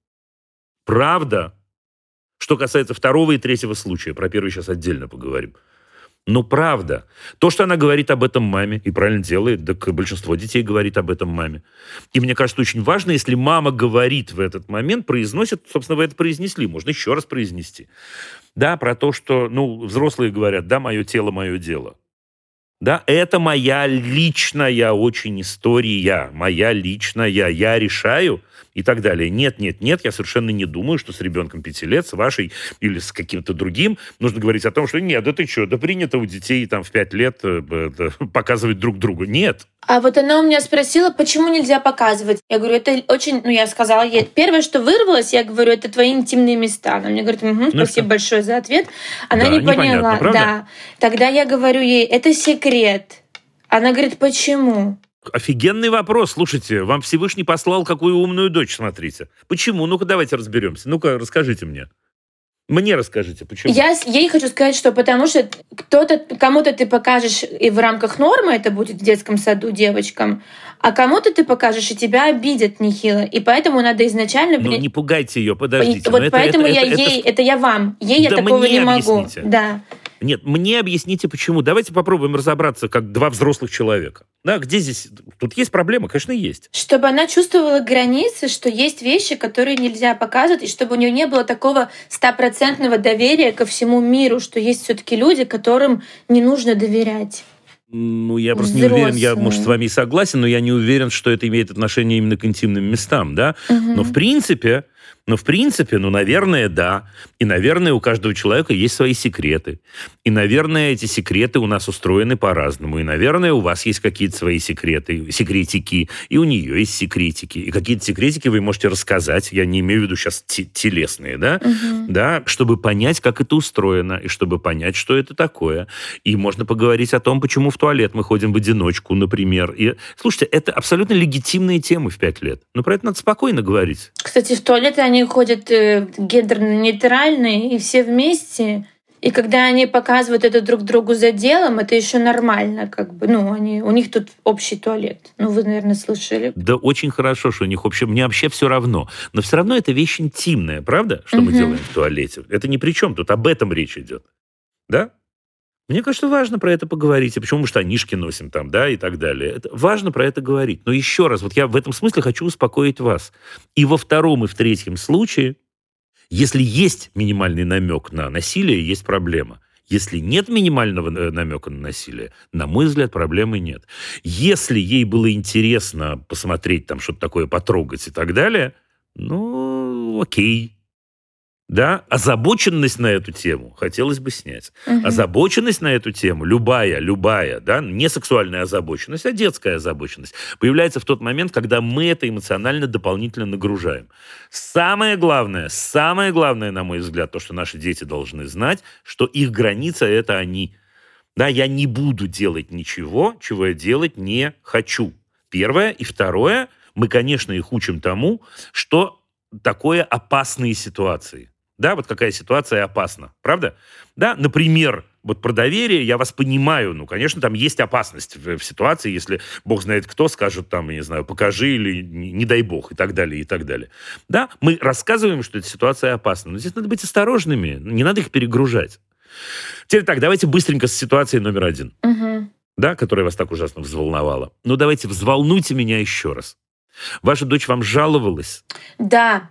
Правда. Что касается второго и третьего случая, про первый сейчас отдельно поговорим. Но правда. То, что она говорит об этом маме, и правильно делает, так большинство детей говорит об этом маме. И мне кажется, очень важно, если мама говорит в этот момент, произносит, собственно, вы это произнесли, можно еще раз произнести. Да, про то, что, ну, взрослые говорят, да, мое тело, мое дело. Да, это моя личная очень история, моя личная, я решаю и так далее. Нет, нет, нет, я совершенно не думаю, что с ребенком пяти лет, с вашей или с каким-то другим, нужно говорить о том, что нет, да ты что, да принято у детей там в пять лет э, э, показывать друг другу. Нет. А вот она у меня спросила, почему нельзя показывать. Я говорю, это очень... Ну, я сказала ей, первое, что вырвалось, я говорю, это твои интимные места. Она мне говорит, угу, спасибо что? большое за ответ. Она Да, не поняла. правда? Да. Тогда я говорю ей, это секрет. Она говорит, почему? Офигенный вопрос. Слушайте, вам Всевышний послал какую умную дочь, смотрите. Почему? Ну-ка, давайте разберемся. Ну-ка, расскажите мне. Мне расскажите, почему. Я ей хочу сказать, что потому что кто-то, кому-то ты покажешь, и в рамках нормы это будет в детском саду девочкам, а кому-то ты покажешь, и тебя обидят нехило. И поэтому надо изначально... Ну, не пугайте ее, подождите. Вот это, поэтому это, я это, ей... Это... это я вам. Ей да я такого мне не могу. Объясните. Да. Нет, мне объясните, почему. Давайте попробуем разобраться, как два взрослых человека. Да, где здесь... Тут есть проблема, конечно, есть. Чтобы она чувствовала границы, что есть вещи, которые нельзя показывать, и чтобы у нее не было такого стопроцентного доверия ко всему миру, что есть все-таки люди, которым не нужно доверять. Ну, я просто Взрослые. не уверен, я, может, с вами и согласен, но я не уверен, что это имеет отношение именно к интимным местам, да? Угу. Но в принципе... Но, в принципе, ну, наверное, да. И, наверное, у каждого человека есть свои секреты. И, наверное, эти секреты у нас устроены по-разному. И, наверное, у вас есть какие-то свои секреты, секретики. И у нее есть секретики. И какие-то секретики вы можете рассказать. Я не имею в виду сейчас телесные, да? Угу. Да, чтобы понять, как это устроено. И чтобы понять, что это такое. И можно поговорить о том, почему в туалет мы ходим в одиночку, например. И, слушайте, это абсолютно легитимные темы в пять лет. Но про это надо спокойно говорить. Кстати, в туалет они ходят э, гендерно-нейтральные, и все вместе. И когда они показывают это друг другу за делом, это еще нормально, как бы. Ну, они, у них тут общий туалет. Ну, вы, наверное, слышали. Да, очень хорошо, что у них общий. Мне вообще все равно. Но все равно это вещь интимная, правда? Что мы Мгм. делаем в туалете. Это ни при чем. Тут об этом речь идет. Да? Мне кажется, важно про это поговорить. И почему мы штанишки носим там, да, и так далее. Это важно про это говорить. Но еще раз, вот я в этом смысле хочу успокоить вас. И во втором, и в третьем случае, если есть минимальный намек на насилие, есть проблема. Если нет минимального намека на насилие, на мой взгляд, проблемы нет. Если ей было интересно посмотреть там что-то такое, потрогать и так далее, ну, окей. Да, озабоченность на эту тему хотелось бы снять. Мгм. Озабоченность на эту тему, любая, любая, да, не сексуальная озабоченность, а детская озабоченность, появляется в тот момент, когда мы это эмоционально дополнительно нагружаем. Самое главное, самое главное, на мой взгляд, то, что наши дети должны знать, что их граница — это они. Да, я не буду делать ничего, чего я делать не хочу. Первое. И второе, мы, конечно, их учим тому, что такое опасные ситуации. Да, вот какая ситуация опасна, правда? Да, например, вот про доверие я вас понимаю. Ну, конечно, там есть опасность в, в ситуации, если бог знает кто скажет там, я не знаю, покажи или не, не дай бог и так далее, и так далее. Да, мы рассказываем, что эта ситуация опасна. Но здесь надо быть осторожными, не надо их перегружать. Теперь так, давайте быстренько с ситуацией номер один, Угу. да, которая вас так ужасно взволновала. Ну, давайте взволнуйте меня еще раз. Ваша дочь вам жаловалась? Да.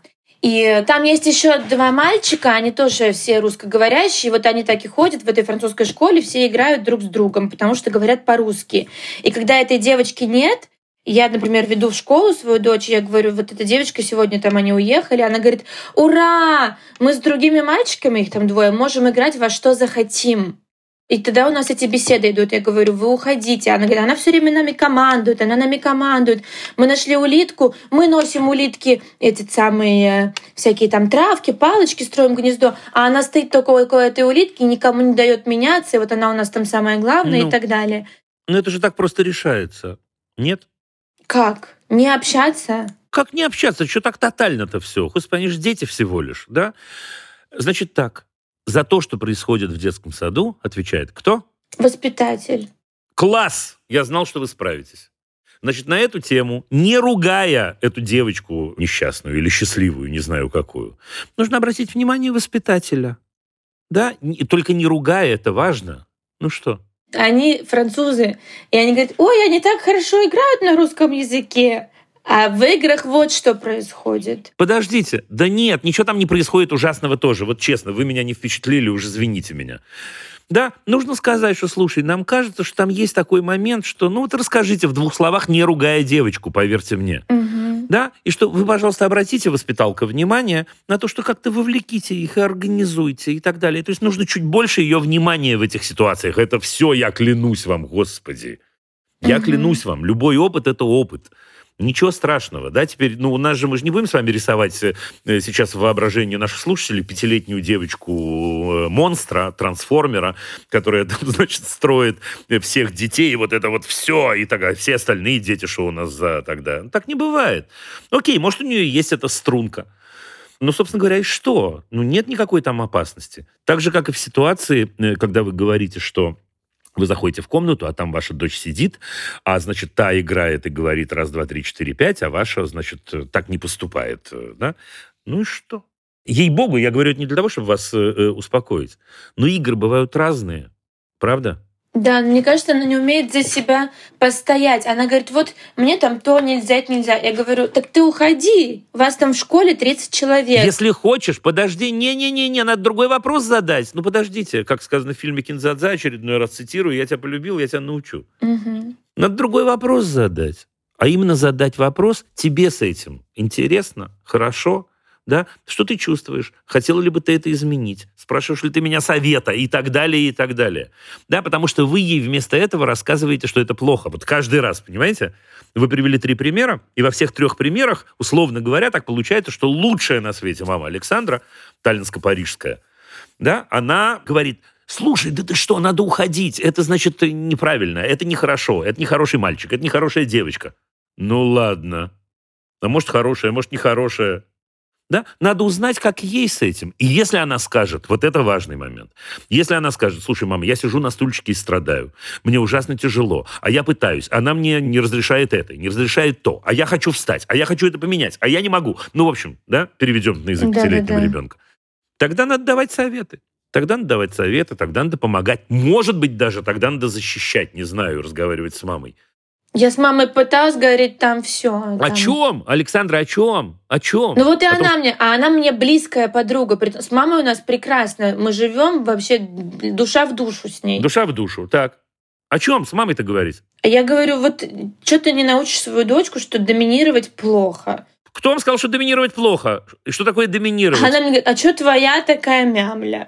И там есть еще два мальчика, они тоже все русскоговорящие, вот они так и ходят в этой французской школе, все играют друг с другом, потому что говорят по-русски. И когда этой девочки нет, я, например, веду в школу свою дочь, я говорю, вот эта девочка сегодня, там они уехали, она говорит, ура, мы с другими мальчиками, их там двое, можем играть во что захотим. И тогда у нас эти беседы идут. Я говорю, вы уходите. Она говорит, она все время нами командует, она нами командует. Мы нашли улитку, мы носим улитки, эти самые всякие там травки, палочки, строим гнездо, а она стоит только около этой улитки, никому не дает меняться, и вот она у нас там самая главная, ну, и так далее. Ну это же так просто решается, нет? Как? Не общаться? Как не общаться? Что так тотально-то все? Господи, они же дети всего лишь, да? Значит так. За то, что происходит в детском саду, отвечает кто? Воспитатель. Класс! Я знал, что вы справитесь. Значит, на эту тему, не ругая эту девочку несчастную или счастливую, не знаю какую, нужно обратить внимание воспитателя. Да? И только не ругая, это важно. Ну что? Они французы, и они говорят, ой, они так хорошо играют на русском языке. А в играх вот что происходит. Подождите. Да нет, ничего там не происходит ужасного тоже. Вот честно, вы меня не впечатлили, уже извините меня. Да, нужно сказать, что, слушай, нам кажется, что там есть такой момент, что, ну вот расскажите в двух словах, не ругая девочку, поверьте мне. Угу. Да, и что вы, пожалуйста, обратите, воспиталка, внимание на то, что как-то вовлеките их и организуйте и так далее. То есть нужно чуть больше ее внимания в этих ситуациях. Это все, я клянусь вам, Господи. Я угу. клянусь вам, любой опыт – это опыт. Ничего страшного, да, теперь, ну, у нас же, мы же не будем с вами рисовать сейчас в воображении наших слушателей пятилетнюю девочку-монстра, трансформера, которая, значит, строит всех детей, и вот это вот все, и так, все остальные дети, что у нас за тогда. Так не бывает. Окей, может, у нее есть эта струнка. Ну, собственно говоря, и что? Ну, нет никакой там опасности. Так же, как и в ситуации, когда вы говорите, что вы заходите в комнату, а там ваша дочь сидит, а, значит, та играет и говорит раз, два, три, четыре, пять, а ваша, значит, так не поступает, да? Ну и что? Ей-богу, я говорю это не для того, чтобы вас э, успокоить, но игры бывают разные, правда? Да, мне кажется, она не умеет за себя постоять. Она говорит, вот мне там то нельзя, это нельзя. Я говорю, так ты уходи, вас там в школе тридцать человек. Если хочешь, подожди, не-не-не, надо другой вопрос задать. Ну подождите, как сказано в фильме «Кинзадза», очередной раз цитирую, я тебя полюбил, я тебя научу. Угу. Надо другой вопрос задать. А именно задать вопрос, тебе с этим интересно, хорошо, да? Что ты чувствуешь? Хотела ли бы ты это изменить? Спрашиваешь ли ты меня совета? И так далее, и так далее. Да, потому что вы ей вместо этого рассказываете, что это плохо. Вот каждый раз, понимаете? Вы привели три примера, и во всех трех примерах, условно говоря, так получается, что лучшая на свете мама Александра, таллинско-парижская, да, она говорит, слушай, да ты что, надо уходить. Это, значит, неправильно, это нехорошо, это нехороший мальчик, это нехорошая девочка. Ну ладно. А может, хорошая, может, нехорошая. Да? Надо узнать, как ей с этим. И если она скажет, вот это важный момент, если она скажет, слушай, мама, я сижу на стульчике и страдаю, мне ужасно тяжело, а я пытаюсь, она мне не разрешает это, не разрешает то, а я хочу встать, а я хочу это поменять, а я не могу. Ну, в общем, да, переведем на язык пятилетнего ребенка. Тогда надо давать советы. Тогда надо давать советы, тогда надо помогать. Может быть, даже тогда надо защищать, не знаю, разговаривать с мамой. Я с мамой пыталась говорить, там все. О там... чем? Александра, о чем? О чем? Ну вот и о она том... мне, а она мне близкая подруга. С мамой у нас прекрасно. Мы живем вообще душа в душу с ней. Душа в душу, так. О чем с мамой-то говорить? Я говорю, вот что ты не научишь свою дочку, что доминировать плохо? Кто вам сказал, что доминировать плохо? И что такое доминировать? Она мне говорит, а что твоя такая мямля?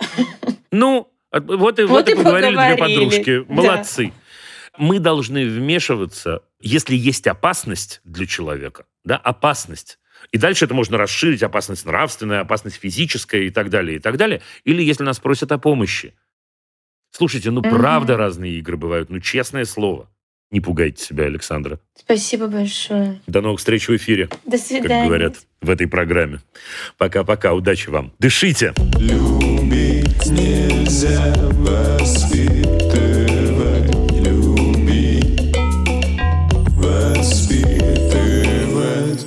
Ну, вот и, вот вот и и поговорили, поговорили. Две подружки. Да. Молодцы. Мы должны вмешиваться, если есть опасность для человека. Да, опасность. И дальше это можно расширить. Опасность нравственная, опасность физическая и так далее, и так далее. Или если нас просят о помощи. Слушайте, ну Мгм. правда разные игры бывают. Ну честное слово. Не пугайте себя, Александра. Спасибо большое. До новых встреч в эфире, До как свидания. говорят в этой программе. Пока-пока, удачи вам. Дышите! Любить нельзя. нельзя воспитывать, любить, воспитывать.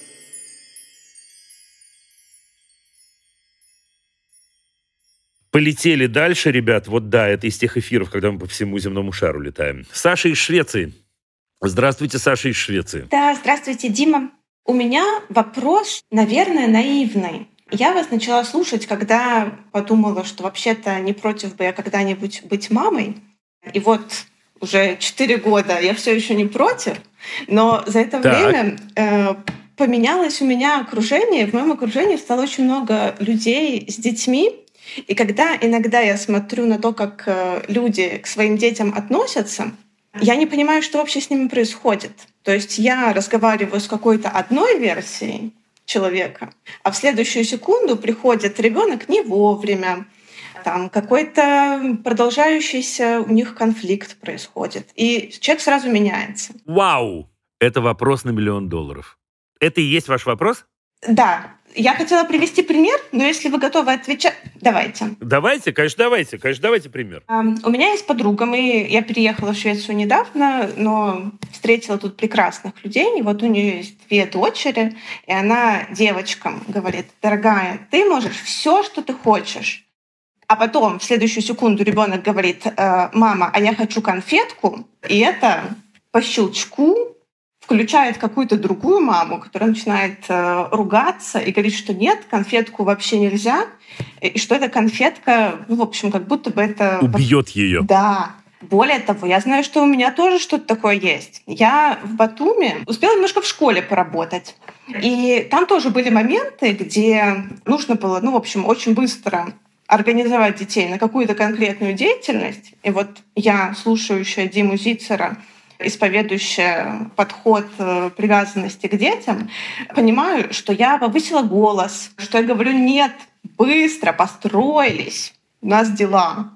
Полетели дальше, ребят. Вот да, это из тех эфиров, когда мы по всему земному шару летаем. Саша из Швеции. Здравствуйте, Саша из Швеции. Да, здравствуйте, Дима. У меня вопрос, наверное, наивный. Я вас начала слушать, когда подумала, что вообще-то не против бы я когда-нибудь быть мамой. И вот уже четыре года я все еще не против, но за это Так. время э, поменялось у меня окружение. В моем окружении стало очень много людей с детьми. И когда иногда я смотрю на то, как э, люди к своим детям относятся, я не понимаю, что вообще с ними происходит. То есть я разговариваю с какой-то одной версией человека, а в следующую секунду приходит ребенок не вовремя, там какой-то продолжающийся у них конфликт происходит, и человек сразу меняется. Вау! Это вопрос на миллион долларов. Это и есть ваш вопрос? Да, я хотела привести пример, но если вы готовы отвечать, давайте. Давайте, конечно, давайте. Конечно, давайте пример. Um, у меня есть подруга, мы, я переехала в Швецию недавно, но встретила тут прекрасных людей, и вот у нее есть две дочери, и она девочкам говорит: дорогая, ты можешь все, что ты хочешь. А потом в следующую секунду ребенок говорит: э, мама, а я хочу конфетку, и это по щелчку включает какую-то другую маму, которая начинает э, ругаться и говорит, что нет, конфетку вообще нельзя, и что эта конфетка, ну, в общем, как будто бы это... Убьет ее. Да. Более того, я знаю, что у меня тоже что-то такое есть. Я в Батуми успела немножко в школе поработать. И там тоже были моменты, где нужно было, ну, в общем, очень быстро организовать детей на какую-то конкретную деятельность. И вот я, слушающая Диму Зицера, исповедующая подход привязанности к детям, понимаю, что я повысила голос, что я говорю: нет, быстро, построились, у нас дела.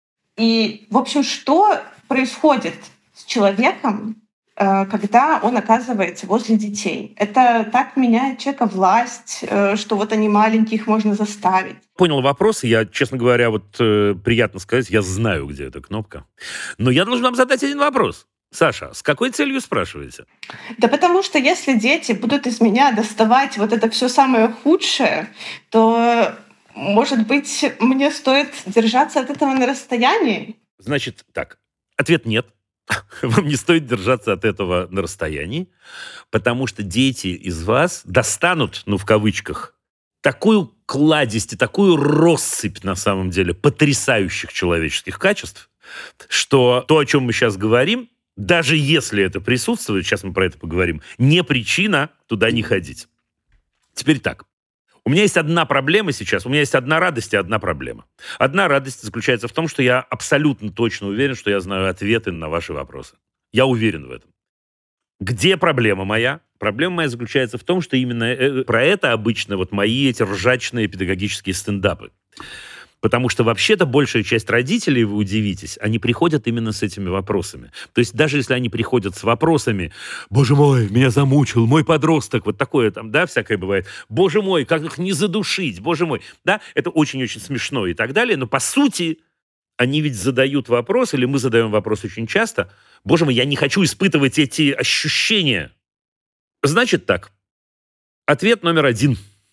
И, в общем, что происходит с человеком, когда он оказывается возле детей? Это так меняет человека власть, что вот они маленькие, их можно заставить. Понял вопрос. Я, честно говоря, вот э, приятно сказать, я знаю, где эта кнопка. Но я должен вам задать один вопрос. Саша, с какой целью спрашиваете? Да потому что если дети будут из меня доставать вот это все самое худшее, то, может быть, мне стоит держаться от этого на расстоянии? Значит, так, ответ нет. Вам не стоит держаться от этого на расстоянии, потому что дети из вас достанут, ну, в кавычках, такую кладезь и такую россыпь, на самом деле, потрясающих человеческих качеств, что то, о чем мы сейчас говорим, даже если это присутствует, сейчас мы про это поговорим, не причина туда не ходить. Теперь так. У меня есть одна проблема сейчас, у меня есть одна радость и одна проблема. Одна радость заключается в том, что я абсолютно точно уверен, что я знаю ответы на ваши вопросы. Я уверен в этом. Где проблема моя? Проблема моя заключается в том, что именно про это обычно вот мои эти ржачные педагогические стендапы. Потому что вообще-то большая часть родителей, вы удивитесь, они приходят именно с этими вопросами. То есть даже если они приходят с вопросами: «Боже мой, меня замучил мой подросток», вот такое там, да, всякое бывает. «Боже мой, как их не задушить, боже мой». Да, это очень-очень смешно и так далее, но по сути они ведь задают вопрос, или мы задаем вопрос очень часто: «Боже мой, я не хочу испытывать эти ощущения». Значит так, ответ номер один.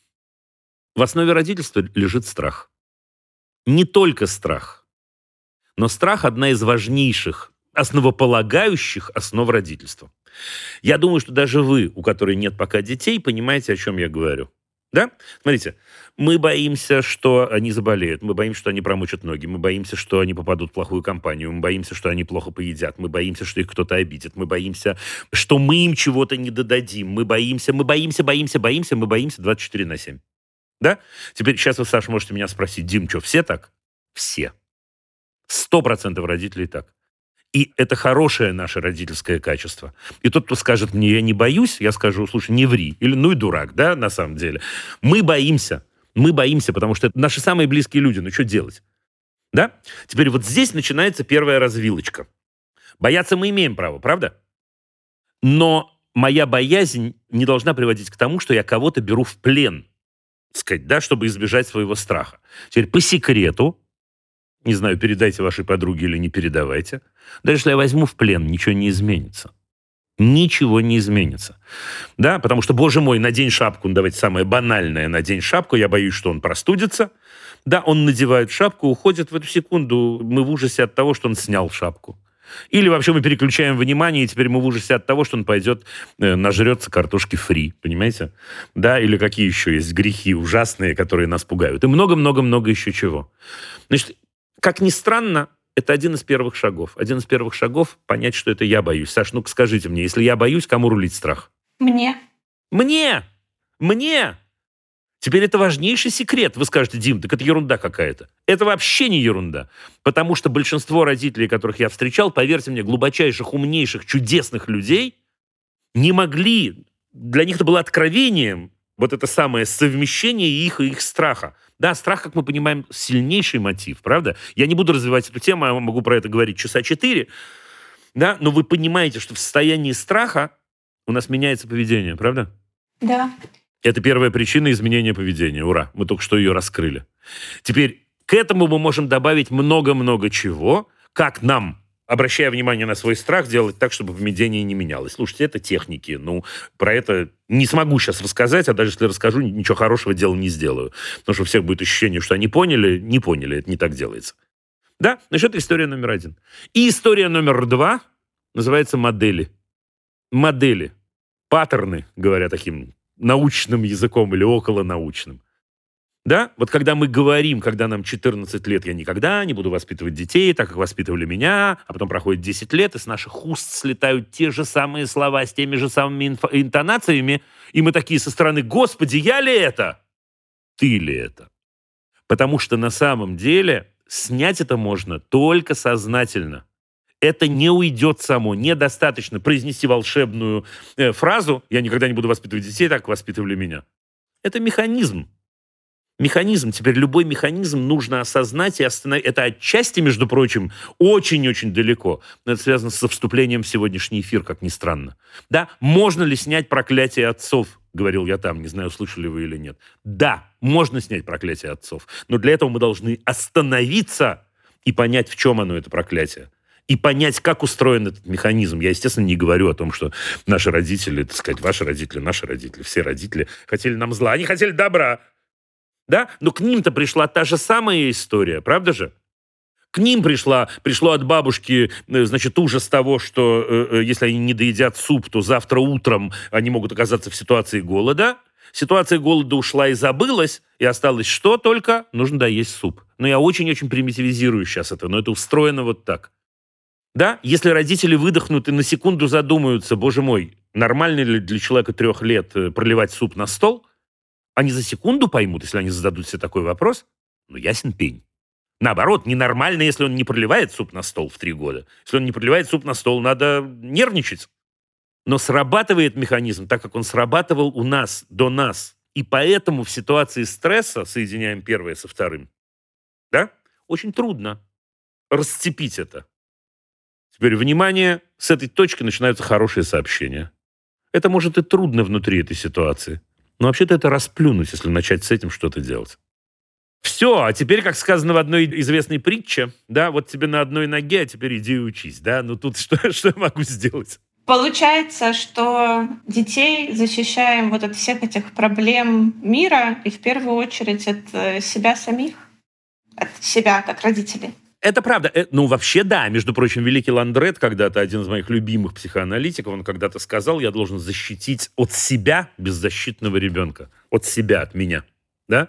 В основе родительства лежит страх. Не только страх, но страх – одна из важнейших, основополагающих основ родительства. Я думаю, что даже вы, у которой нет пока детей, понимаете, о чем я говорю. Да? Смотрите, мы боимся, что они заболеют, мы боимся, что они промочат ноги, мы боимся, что они попадут в плохую компанию, мы боимся, что они плохо поедят, мы боимся, что их кто-то обидит, мы боимся, что мы им чего-то не додадим, мы боимся, мы боимся, боимся, боимся, мы боимся двадцать четыре на семь. Да? Теперь сейчас вы, Саша, можете меня спросить: Дим, что, все так? Все. Сто процентов родителей так. И это хорошее наше родительское качество. И тот, кто скажет мне: я не боюсь, я скажу: слушай, не ври. Или ну и дурак, да, на самом деле. Мы боимся. Мы боимся, потому что это наши самые близкие люди. Ну что делать? Да? Теперь вот здесь начинается первая развилочка. Бояться мы имеем право, правда? Но моя боязнь не должна приводить к тому, что я кого-то беру в плен, сказать, да, чтобы избежать своего страха. Теперь по секрету Не знаю, передайте вашей подруге или не передавайте. Даже если я возьму в плен, ничего не изменится. Ничего не изменится. Да, потому что, боже мой, надень шапку, ну, давайте самое банальное, надень шапку, я боюсь, что он простудится. Да, он надевает шапку, уходит в эту секунду, мы в ужасе от того, что он снял шапку. Или вообще мы переключаем внимание, и теперь мы в ужасе от того, что он пойдет, э, нажрется картошки фри, понимаете? Да, или какие еще есть грехи ужасные, которые нас пугают. И много-много-много еще чего. Значит, как ни странно, это один из первых шагов. Один из первых шагов — понять, что это я боюсь. Саш, ну-ка скажите мне, если я боюсь, кому рулить страх? Мне. Мне! Мне! Теперь это важнейший секрет. Вы скажете: Дим, так это ерунда какая-то. Это вообще не ерунда. Потому что большинство родителей, которых я встречал, поверьте мне, глубочайших, умнейших, чудесных людей, не могли, для них это было откровением, вот это самое совмещение их и их страха. Да, страх, как мы понимаем, сильнейший мотив, правда? Я не буду развивать эту тему, я могу про это говорить часа четыре, да, но вы понимаете, что в состоянии страха у нас меняется поведение, правда? Да. Это первая причина изменения поведения. Ура, мы только что ее раскрыли. Теперь к этому мы можем добавить много-много чего, как нам, обращая внимание на свой страх, делать так, чтобы поведение не менялось. Слушайте, это техники. Ну, про это не смогу сейчас рассказать, а даже если расскажу, ничего хорошего дела не сделаю. Потому что у всех будет ощущение, что они поняли, не поняли, это не так делается. Да, значит, это история номер один. И история номер два называется модели. Модели. Паттерны, говоря таким научным языком или околонаучным. Да? Вот когда мы говорим, когда нам четырнадцать лет, я никогда не буду воспитывать детей, так как воспитывали меня, а потом проходит десять лет, и с наших уст слетают те же самые слова с теми же самыми инфо- интонациями, и мы такие со стороны: «Господи, я ли это? Ты ли это?» Потому что на самом деле снять это можно только сознательно. Это не уйдет само. Недостаточно произнести волшебную э, фразу «я никогда не буду воспитывать детей, так как воспитывали меня». Это механизм. Механизм. Теперь любой механизм нужно осознать и остановить. Это отчасти, между прочим, очень-очень далеко. Но это связано со вступлением в сегодняшний эфир, как ни странно. Да, можно ли снять проклятие отцов? Говорил я там, не знаю, слышали вы или нет. Да, можно снять проклятие отцов. Но для этого мы должны остановиться и понять, в чем оно, это проклятие. И понять, как устроен этот механизм. Я, естественно, не говорю о том, что наши родители, так сказать, ваши родители, наши родители, все родители хотели нам зла. Они хотели добра. Да? Но к ним-то пришла та же самая история, правда же? К ним пришла, пришло от бабушки, значит, ужас того, что э, если они не доедят суп, то завтра утром они могут оказаться в ситуации голода. Ситуация голода ушла и забылась, и осталось что только? Нужно доесть суп. Но я очень-очень примитивизирую сейчас это, но это устроено вот так. Да? Если родители выдохнут и на секунду задумаются: боже мой, нормально ли для человека трех лет проливать суп на стол, они за секунду поймут, если они зададут себе такой вопрос, ну, ясен пень. Наоборот, ненормально, если он не проливает суп на стол в три года. Если он не проливает суп на стол, надо нервничать. Но срабатывает механизм так, как он срабатывал у нас, до нас. И поэтому в ситуации стресса, соединяем первое со вторым, да, очень трудно расцепить это. Теперь, внимание, с этой точки начинаются хорошие сообщения. Это может и трудно внутри этой ситуации. Но вообще-то это расплюнуть, если начать с этим что-то делать. Все, а теперь, как сказано в одной известной притче, да, вот тебе на одной ноге, а теперь иди и учись, да, ну тут что, что я могу сделать? Получается, что детей защищаем вот от всех этих проблем мира и в первую очередь от себя самих, от себя как родителей. Это правда. Ну, вообще, да. Между прочим, великий Ландрет, когда-то один из моих любимых психоаналитиков, он когда-то сказал: я должен защитить от себя беззащитного ребенка. От себя, от меня. Да?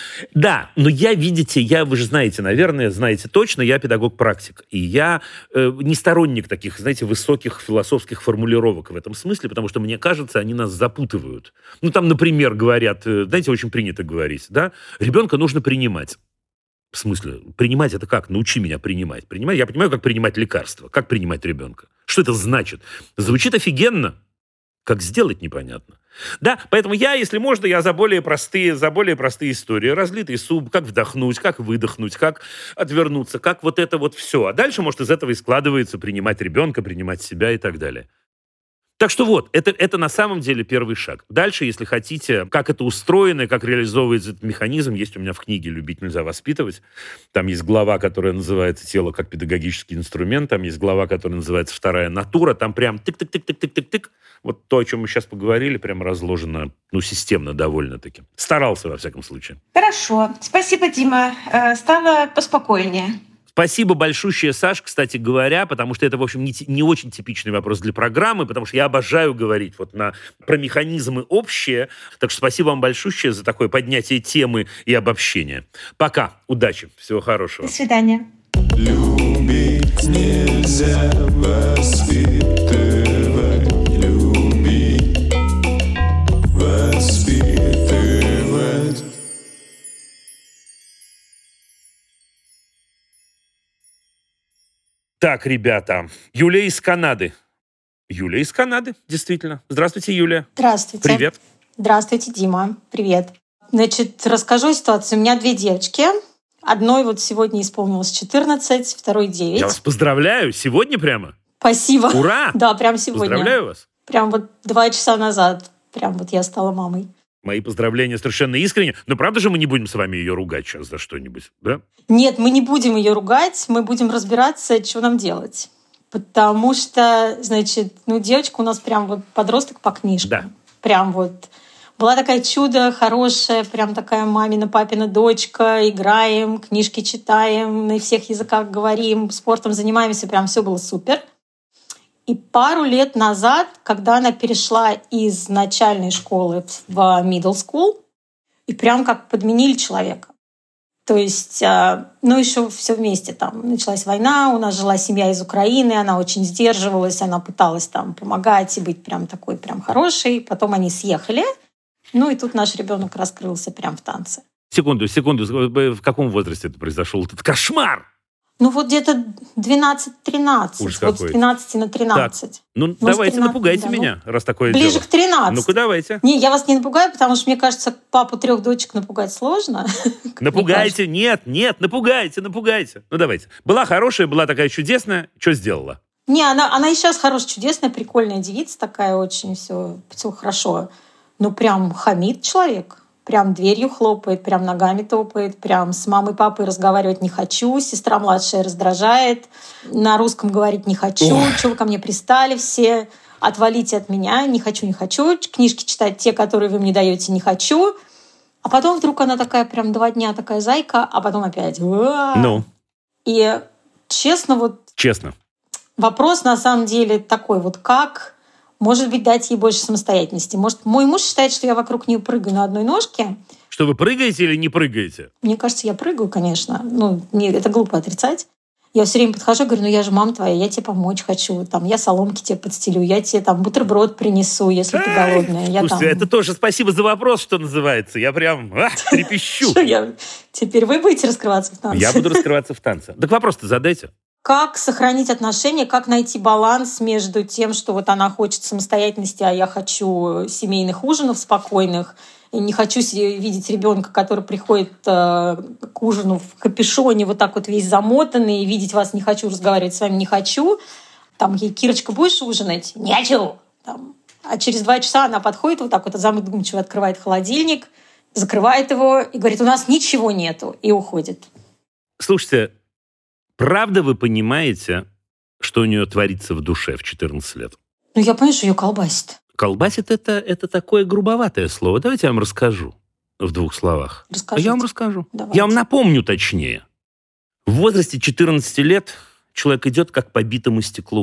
Да, но я, видите, я, вы же знаете, наверное, знаете точно, я педагог-практик. И я э, не сторонник таких, знаете, высоких философских формулировок в этом смысле, потому что, мне кажется, они нас запутывают. Ну, там, например, говорят, знаете, очень принято говорить, да, ребенка нужно принимать. В смысле, принимать это как? Научи меня принимать. Принимать? Я понимаю, как принимать лекарства, как принимать ребенка. Что это значит? Звучит офигенно. Как сделать, непонятно. Да, поэтому я, если можно, я за более простые, за более простые истории. Разлитый суп, как вдохнуть, как выдохнуть, как отвернуться, как вот это вот все. А дальше, может, из этого и складывается принимать ребенка, принимать себя и так далее. Так что вот, это, это на самом деле первый шаг. Дальше, если хотите, как это устроено, как реализовывается этот механизм, есть у меня в книге «Любить нельзя воспитывать». Там есть глава, которая называется «Тело как педагогический инструмент», там есть глава, которая называется «Вторая натура», там прям тык-тык-тык-тык-тык-тык. Вот то, о чем мы сейчас поговорили, прям разложено, ну, системно довольно-таки. Старался, во всяком случае. Хорошо. Спасибо, Дима. Э, Стало поспокойнее. Спасибо большущее, Саш, кстати говоря, потому что это, в общем, не, не очень типичный вопрос для программы, потому что я обожаю говорить вот на, про механизмы общие. Так что спасибо вам большущее за такое поднятие темы и обобщение. Пока. Удачи. Всего хорошего. До свидания. Любить нельзя воспитывать, любить, воспитывать. Так, ребята, Юлия из Канады. Юлия из Канады, действительно. Здравствуйте, Юлия. Здравствуйте. Привет. Здравствуйте, Дима. Привет. Значит, расскажу ситуацию. У меня две девочки. Одной вот сегодня исполнилось четырнадцать, второй девять. Я вас поздравляю. Сегодня прямо? Спасибо. Ура! Да, прям сегодня. Поздравляю вас. Прям вот два часа назад. Прям вот я стала мамой. Мои поздравления совершенно искренне. Но правда же мы не будем с вами ее ругать сейчас за что-нибудь, да? Нет, мы не будем ее ругать, мы будем разбираться, что нам делать. Потому что, значит, ну, девочка у нас прям вот подросток по книжкам. Да. Прям вот была такая чудо хорошая, прям такая мамина, папина дочка. Играем, книжки читаем, на всех языках говорим, спортом занимаемся, прям все было супер. И пару лет назад, когда она перешла из начальной школы в middle school, и прям как подменили человека. То есть, ну, еще все вместе там. Началась война, у нас жила семья из Украины, она очень сдерживалась, она пыталась там помогать и быть прям такой прям хорошей. Потом они съехали. Ну, и тут наш ребенок раскрылся прям в танце. Секунду, секунду. В каком возрасте это произошел? Этот кошмар! Ну, вот где-то двенадцать-тринадцать. Ужас Вот какой. с тринадцати на тринадцать. Так, ну, Ну, с давайте тринадцати, напугайте да, ну, меня, раз такое ближе дело. к тринадцати. Ну-ка, давайте. Не, я вас не напугаю, потому что, мне кажется, папу трех дочек напугать сложно. Как мне Напугайте, нет, нет, напугайте, напугайте. Ну, давайте. Была хорошая, была такая чудесная. Что сделала? Не, она, она и сейчас хорошая, чудесная, прикольная девица такая, очень все, все хорошо. Ну, прям хамит человек. Прям дверью хлопает, прям ногами топает, прям с мамой, папой разговаривать не хочу, сестра младшая раздражает, на русском говорить не хочу, что вы ко мне пристали все, отвалите от меня, не хочу, не хочу, книжки читать те, которые вы мне даете, не хочу. А потом вдруг она такая прям два дня такая зайка, а потом опять. Ну? И честно, вот Честно. вопрос на самом деле такой, вот как... Может быть, дать ей больше самостоятельности. Может, мой муж считает, что я вокруг нее прыгаю на одной ножке. Что, вы прыгаете или не прыгаете? Мне кажется, я прыгаю, конечно. Ну, не, это глупо отрицать. Я все время подхожу, говорю, ну я же мама твоя, я тебе помочь хочу. Там, я соломки тебе подстелю, я тебе там бутерброд принесу, если ты голодная. Я Слушайте, там... это тоже спасибо за вопрос, что называется. Я прям а, трепещу. Что я... Теперь вы будете раскрываться в танце? Я буду раскрываться в танце. Так вопрос-то задайте. Как сохранить отношения, как найти баланс между тем, что вот она хочет самостоятельности, а я хочу семейных ужинов спокойных, и не хочу видеть ребенка, который приходит э, к ужину в капюшоне, вот так вот весь замотанный, и видеть вас не хочу, разговаривать с вами не хочу. Там ей: Кирочка, будешь ужинать? Не хочу. Там. А через два часа она подходит вот так вот задумчиво, открывает холодильник, закрывает его и говорит: у нас ничего нету, и уходит. Слушайте, правда вы понимаете, что у нее творится в душе в четырнадцать лет? Ну, я понимаю, что ее колбасит. Колбасит это, это такое грубоватое слово. Давайте я вам расскажу в двух словах. Расскажите. Я вам расскажу. Давайте. Я вам напомню точнее. В возрасте четырнадцати лет человек идет как по битому стеклу.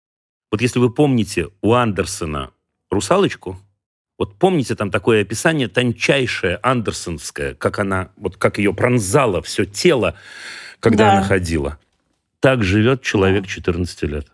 Вот если вы помните у Андерсона «Русалочку», вот помните там такое описание тончайшее, андерсоновское, как она, вот как ее пронзало все тело, когда Да. она ходила. Так живет человек четырнадцати лет.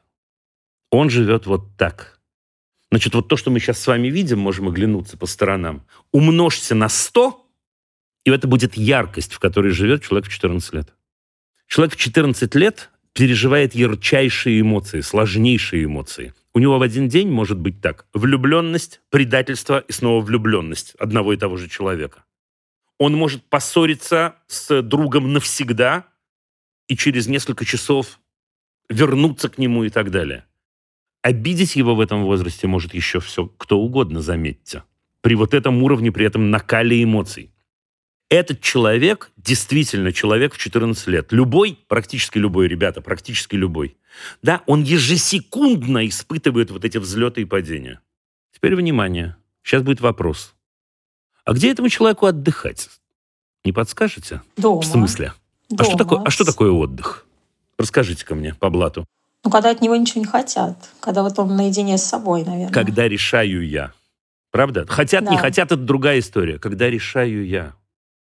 Он живет вот так. Значит, вот то, что мы сейчас с вами видим, можем оглянуться по сторонам, умножьте на сто, и это будет яркость, в которой живет человек в четырнадцать лет. Человек в четырнадцать лет переживает ярчайшие эмоции, сложнейшие эмоции. У него в один день может быть так: влюбленность, предательство и снова влюбленность одного и того же человека. Он может поссориться с другом навсегда и через несколько часов вернуться к нему и так далее. Обидеть его в этом возрасте может еще все кто угодно, заметьте. При вот этом уровне, при этом накале эмоций. Этот человек действительно человек в четырнадцать лет. Любой, практически любой, ребята, практически любой. Да, он ежесекундно испытывает вот эти взлеты и падения. Теперь внимание. Сейчас будет вопрос. А где этому человеку отдыхать? Не подскажете? Дома. В смысле? А что, такое, а что такое отдых? Расскажите-ка мне по блату. Ну, когда от него ничего не хотят. Когда вот он наедине с собой, наверное. Когда решаю я. Правда? Хотят, Да. не хотят, это другая история. Когда решаю я.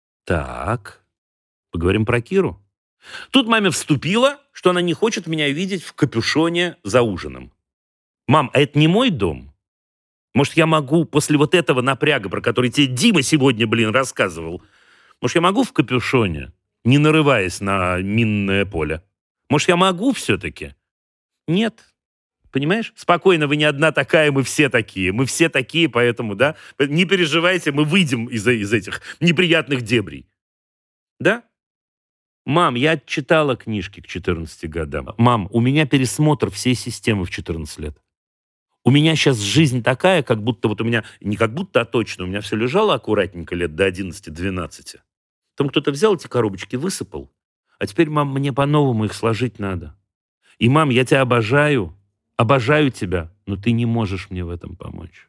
Так, поговорим про Киру. Тут маме вступила, что она не хочет меня видеть в капюшоне за ужином. Мам, а это не мой дом? Может, я могу после вот этого напряга, про который тебе Дима сегодня, блин, рассказывал, может, я могу в капюшоне, не нарываясь на минное поле? Может, я могу все-таки? Нет. Понимаешь? Спокойно, вы не одна такая, мы все такие. Мы все такие, поэтому, да, не переживайте, мы выйдем из, из этих неприятных дебрей. Да? Мам, я читала книжки к четырнадцати годам. Мам, у меня пересмотр всей системы в четырнадцать лет. У меня сейчас жизнь такая, как будто вот у меня, не как будто, а точно, у меня все лежало аккуратненько лет до одиннадцати-двенадцати. Там кто-то взял эти коробочки, высыпал. А теперь, мам, мне по-новому их сложить надо. И, мам, я тебя обожаю. Обожаю тебя, но ты не можешь мне в этом помочь.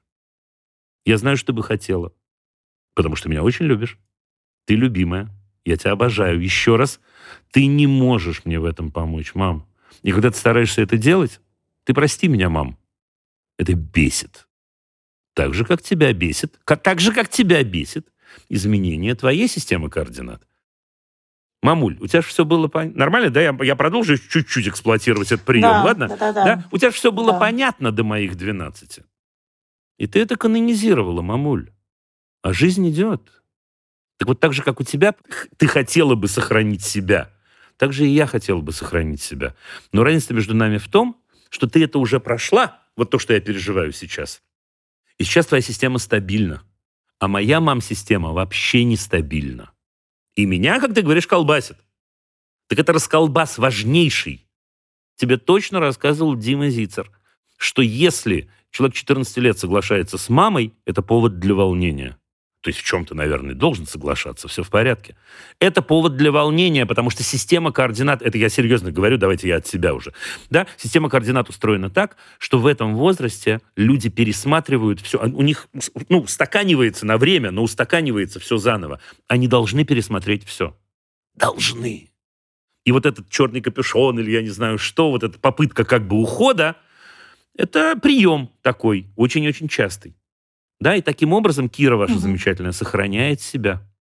Я знаю, что ты бы хотела, потому что меня очень любишь. Ты любимая, я тебя обожаю. Еще раз, ты не можешь мне в этом помочь, мам. И когда ты стараешься это делать, ты прости меня, мам. Это бесит. Так же, как тебя бесит, как, так же, как тебя бесит изменение твоей системы координат. Мамуль, у тебя же все было понятно. Нормально, да? Я, я продолжу чуть-чуть эксплуатировать этот прием, Да, ладно? да, да, да. У тебя же все было Да. понятно до моих двенадцати. И ты это канонизировала, мамуль. А жизнь идет. Так вот так же, как у тебя, ты хотела бы сохранить себя, так же и я хотела бы сохранить себя. Но разница между нами в том, что ты это уже прошла, вот то, что я переживаю сейчас. И сейчас твоя система стабильна. А моя мам-система вообще нестабильна. И меня, как ты говоришь, колбасит. Так это расколбас важнейший. Тебе точно рассказывал Дима Зицер, что если человек четырнадцати лет соглашается с мамой, это повод для волнения. То есть в чем-то, наверное, должен соглашаться, все в порядке. Это повод для волнения, потому что система координат, это я серьезно говорю, давайте я от себя уже, да, система координат устроена так, что в этом возрасте люди пересматривают все, у них, ну, устаканивается на время, но устаканивается все заново. Они должны пересмотреть все. Должны. И вот этот черный капюшон, или я не знаю что, вот эта попытка как бы ухода, это прием такой, очень-очень частый. Да, и таким образом Кира ваша Мгм. замечательная сохраняет себя.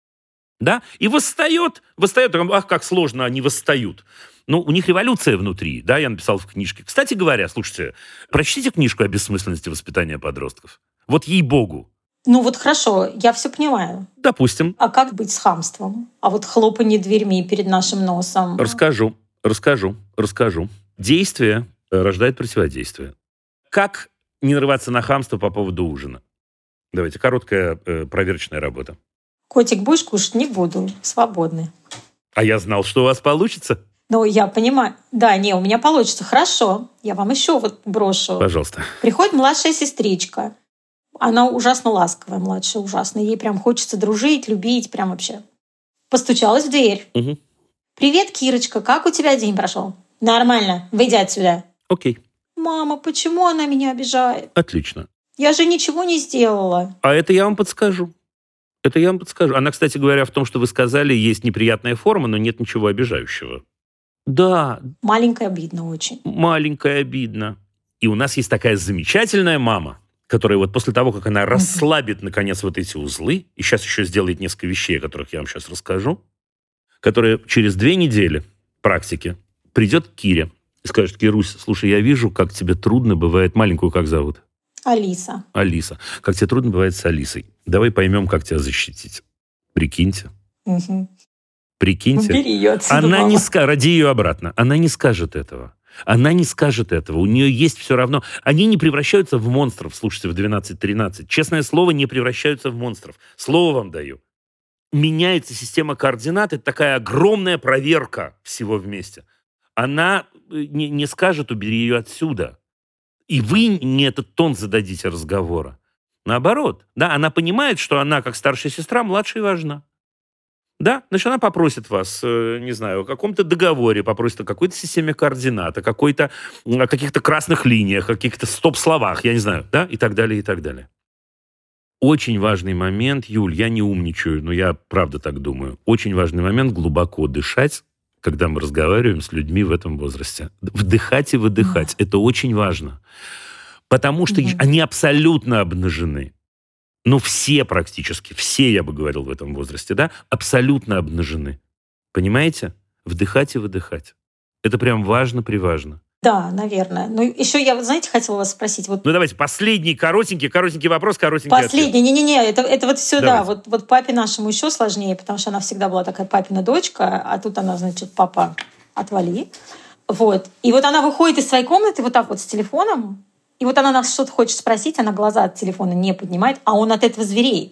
Да, и восстает, восстает, ах, как сложно они восстают. Ну, у них революция внутри, да, я написал в книжке. Кстати говоря, слушайте, прочтите книжку о бессмысленности воспитания подростков. Вот ей-богу. Ну вот хорошо, я все понимаю. Допустим. А как быть с хамством? А вот хлопанье дверьми перед нашим носом? Расскажу, расскажу, расскажу. Действие рождает противодействие. Как не нарываться на хамство по поводу ужина? Давайте, короткая э, проверочная работа. Котик, будешь кушать? Не буду. Свободны. А я знал, что у вас получится. Ну, я понимаю. Да, не, у меня получится. Хорошо. Я вам еще вот брошу. Пожалуйста. Приходит младшая сестричка. Она ужасно ласковая, младшая, ужасно. Ей прям хочется дружить, любить, прям вообще. Постучалась в дверь. Угу. «Привет, Кирочка, как у тебя день прошел?» «Нормально. Выйди отсюда». Окей. «Мама, почему она меня обижает? Отлично. Я же ничего не сделала». А это я вам подскажу. Это я вам подскажу. Она, кстати говоря, в том, что вы сказали, есть неприятная форма, но нет ничего обижающего. Да, Маленькая обидно очень. маленькая обидно. И у нас есть такая замечательная мама, которая вот после того, как она расслабит, наконец, вот эти узлы, и сейчас еще сделает несколько вещей, о которых я вам сейчас расскажу, которая через две недели практики придет к Кире и скажет: Кирусь, слушай, я вижу, как тебе трудно бывает. Маленькую как зовут? Алиса. Алиса. Как тебе трудно бывает с Алисой. Давай поймем, как тебя защитить. Прикиньте. Угу. Прикиньте. Бери ее отсюда, Она мама. не скажет, роди ее обратно. Она не скажет этого. Она не скажет этого. У нее есть все равно. Они не превращаются в монстров, слушайте, в двенадцать-тринадцать. Честное слово, не превращаются в монстров. Слово вам даю. Меняется система координат. Это такая огромная проверка всего вместе. Она не, не скажет: убери ее отсюда. И вы не этот тон зададите разговора. Наоборот. Да, она понимает, что она, как старшая сестра, младшей важна. Да, значит, она попросит вас, э, не знаю, о каком-то договоре, попросит о какой-то системе координат, о, какой-то, о каких-то красных линиях, о каких-то стоп-словах, я не знаю, да, и так далее, и так далее. Очень важный момент, Юль, я не умничаю, но я правда так думаю. Очень важный момент глубоко дышать, когда мы разговариваем с людьми в этом возрасте. Вдыхать и выдыхать. Mm. Это очень важно. Потому что mm-hmm. они абсолютно обнажены. Ну, все практически, все, я бы говорил, в этом возрасте, да, абсолютно обнажены. Понимаете? Вдыхать и выдыхать. Это прям важно-приважно. Да, наверное. Ну, еще я, знаете, хотела вас спросить. Вот... Ну, давайте, последний коротенький, коротенький вопрос, коротенький Последний, не-не-не, это, это вот все, давайте. Да. Вот, вот папе нашему еще сложнее, потому что она всегда была такая папина дочка, а тут она, значит, папа, отвали. Вот. И вот она выходит из своей комнаты вот так вот с телефоном, и вот она нас что-то хочет спросить, она глаза от телефона не поднимает, а он от этого звереет.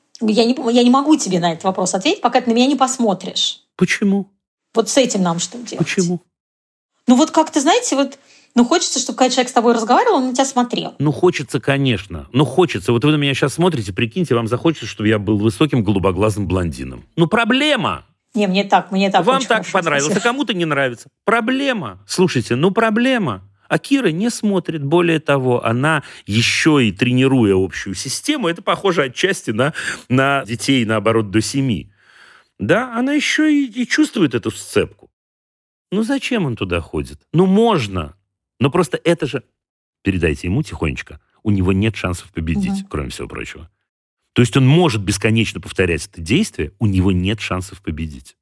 Я не, я не могу тебе на этот вопрос ответить, пока ты на меня не посмотришь. Почему? Вот с этим нам что делать? Почему? Ну вот как-то, знаете, вот, ну хочется, чтобы когда человек с тобой разговаривал, он на тебя смотрел. Ну хочется, конечно. Ну хочется. Вот вы на меня сейчас смотрите, прикиньте, вам захочется, чтобы я был высоким голубоглазым блондином. Ну проблема! Не, мне так, мне так. Вам так понравилось, а кому-то не нравится. Проблема. Слушайте, ну проблема. А Кира не смотрит. Более того, она еще и тренируя общую систему, это похоже отчасти на, на детей, наоборот, до семи. Да, она еще и, и чувствует эту сцепку. Ну зачем он туда ходит? Ну можно. Но просто это же... Передайте ему тихонечко. У него нет шансов победить, угу. кроме всего прочего. То есть он может бесконечно повторять это действие, у него нет шансов победить.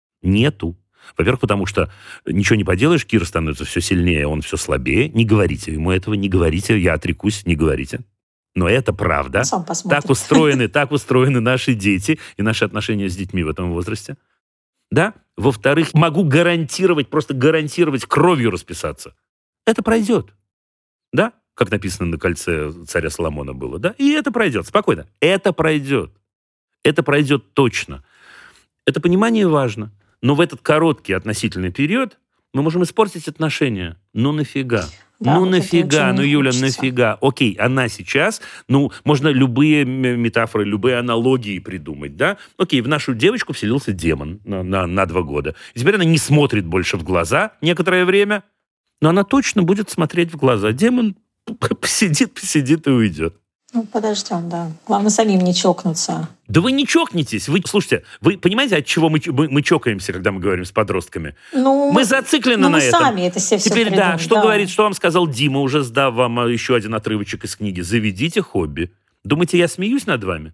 Нету. Во-первых, потому что ничего не поделаешь, Кира становится все сильнее, он все слабее. Не говорите ему этого, не говорите, я отрекусь, не говорите. Но это правда. Сам посмотрит. Так устроены, так устроены наши дети и наши отношения с детьми в этом возрасте. Да? Во-вторых, могу гарантировать, просто гарантировать, кровью расписаться. Это пройдет. Да? Как написано на кольце царя Соломона было. Да? И это пройдет. Спокойно. Это пройдет. Это пройдет точно. Это понимание важно. Но в этот короткий относительный период мы можем испортить отношения. Ну нафига? Да, ну вот нафига? Ну, Юля, хочется. нафига? Окей, она сейчас, ну, можно любые метафоры, любые аналогии придумать, да? Окей, в нашу девочку вселился демон на, на, на два года. И теперь она не смотрит больше в глаза некоторое время, но она точно будет смотреть в глаза. Демон посидит, посидит и уйдет. Ну, подождем, да. Главное, самим не чокнуться. Да вы не чокнетесь. Вы, слушайте, вы понимаете, от чего мы, мы, мы чокаемся, когда мы говорим с подростками? Ну, мы зациклены ну, на мы этом. сами это все Теперь, все да, что да. говорит, что вам сказал Дима, уже сдав вам еще один отрывочек из книги. Заведите хобби. Думаете, я смеюсь над вами?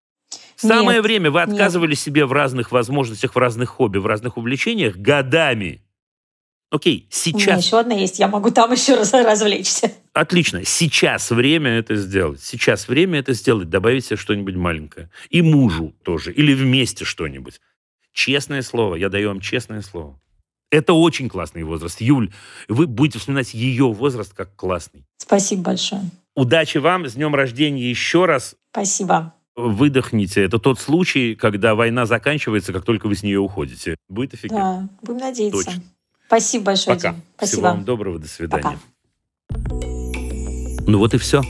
Самое нет, время. Вы отказывали нет. себе в разных возможностях, в разных хобби, в разных увлечениях годами. Окей, сейчас... У меня еще одна есть, я могу там еще раз развлечься. Отлично. Сейчас время это сделать. Сейчас время это сделать. Добавить себе что-нибудь маленькое. И мужу тоже. Или вместе что-нибудь. Честное слово. Я даю вам честное слово. Это очень классный возраст. Юль, вы будете вспоминать ее возраст как классный. Спасибо большое. Удачи вам. С днем рождения еще раз. Спасибо. Выдохните. Это тот случай, когда война заканчивается, как только вы с нее уходите. Будет офигенно. Да, будем надеяться. Точно. Спасибо большое, Пока. Дим. Спасибо. Всего вам доброго. До свидания. Пока. Ну вот и все.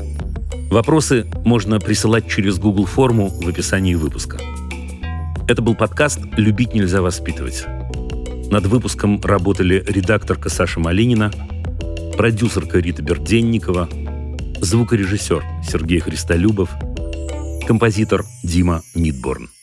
Вопросы можно присылать через Google форму в описании выпуска. Это был подкаст «Любить нельзя воспитывать». Над выпуском работали редакторка Саша Малинина, продюсерка Рита Берденникова, звукорежиссер Сергей Христолюбов, композитор Дима Мидборн.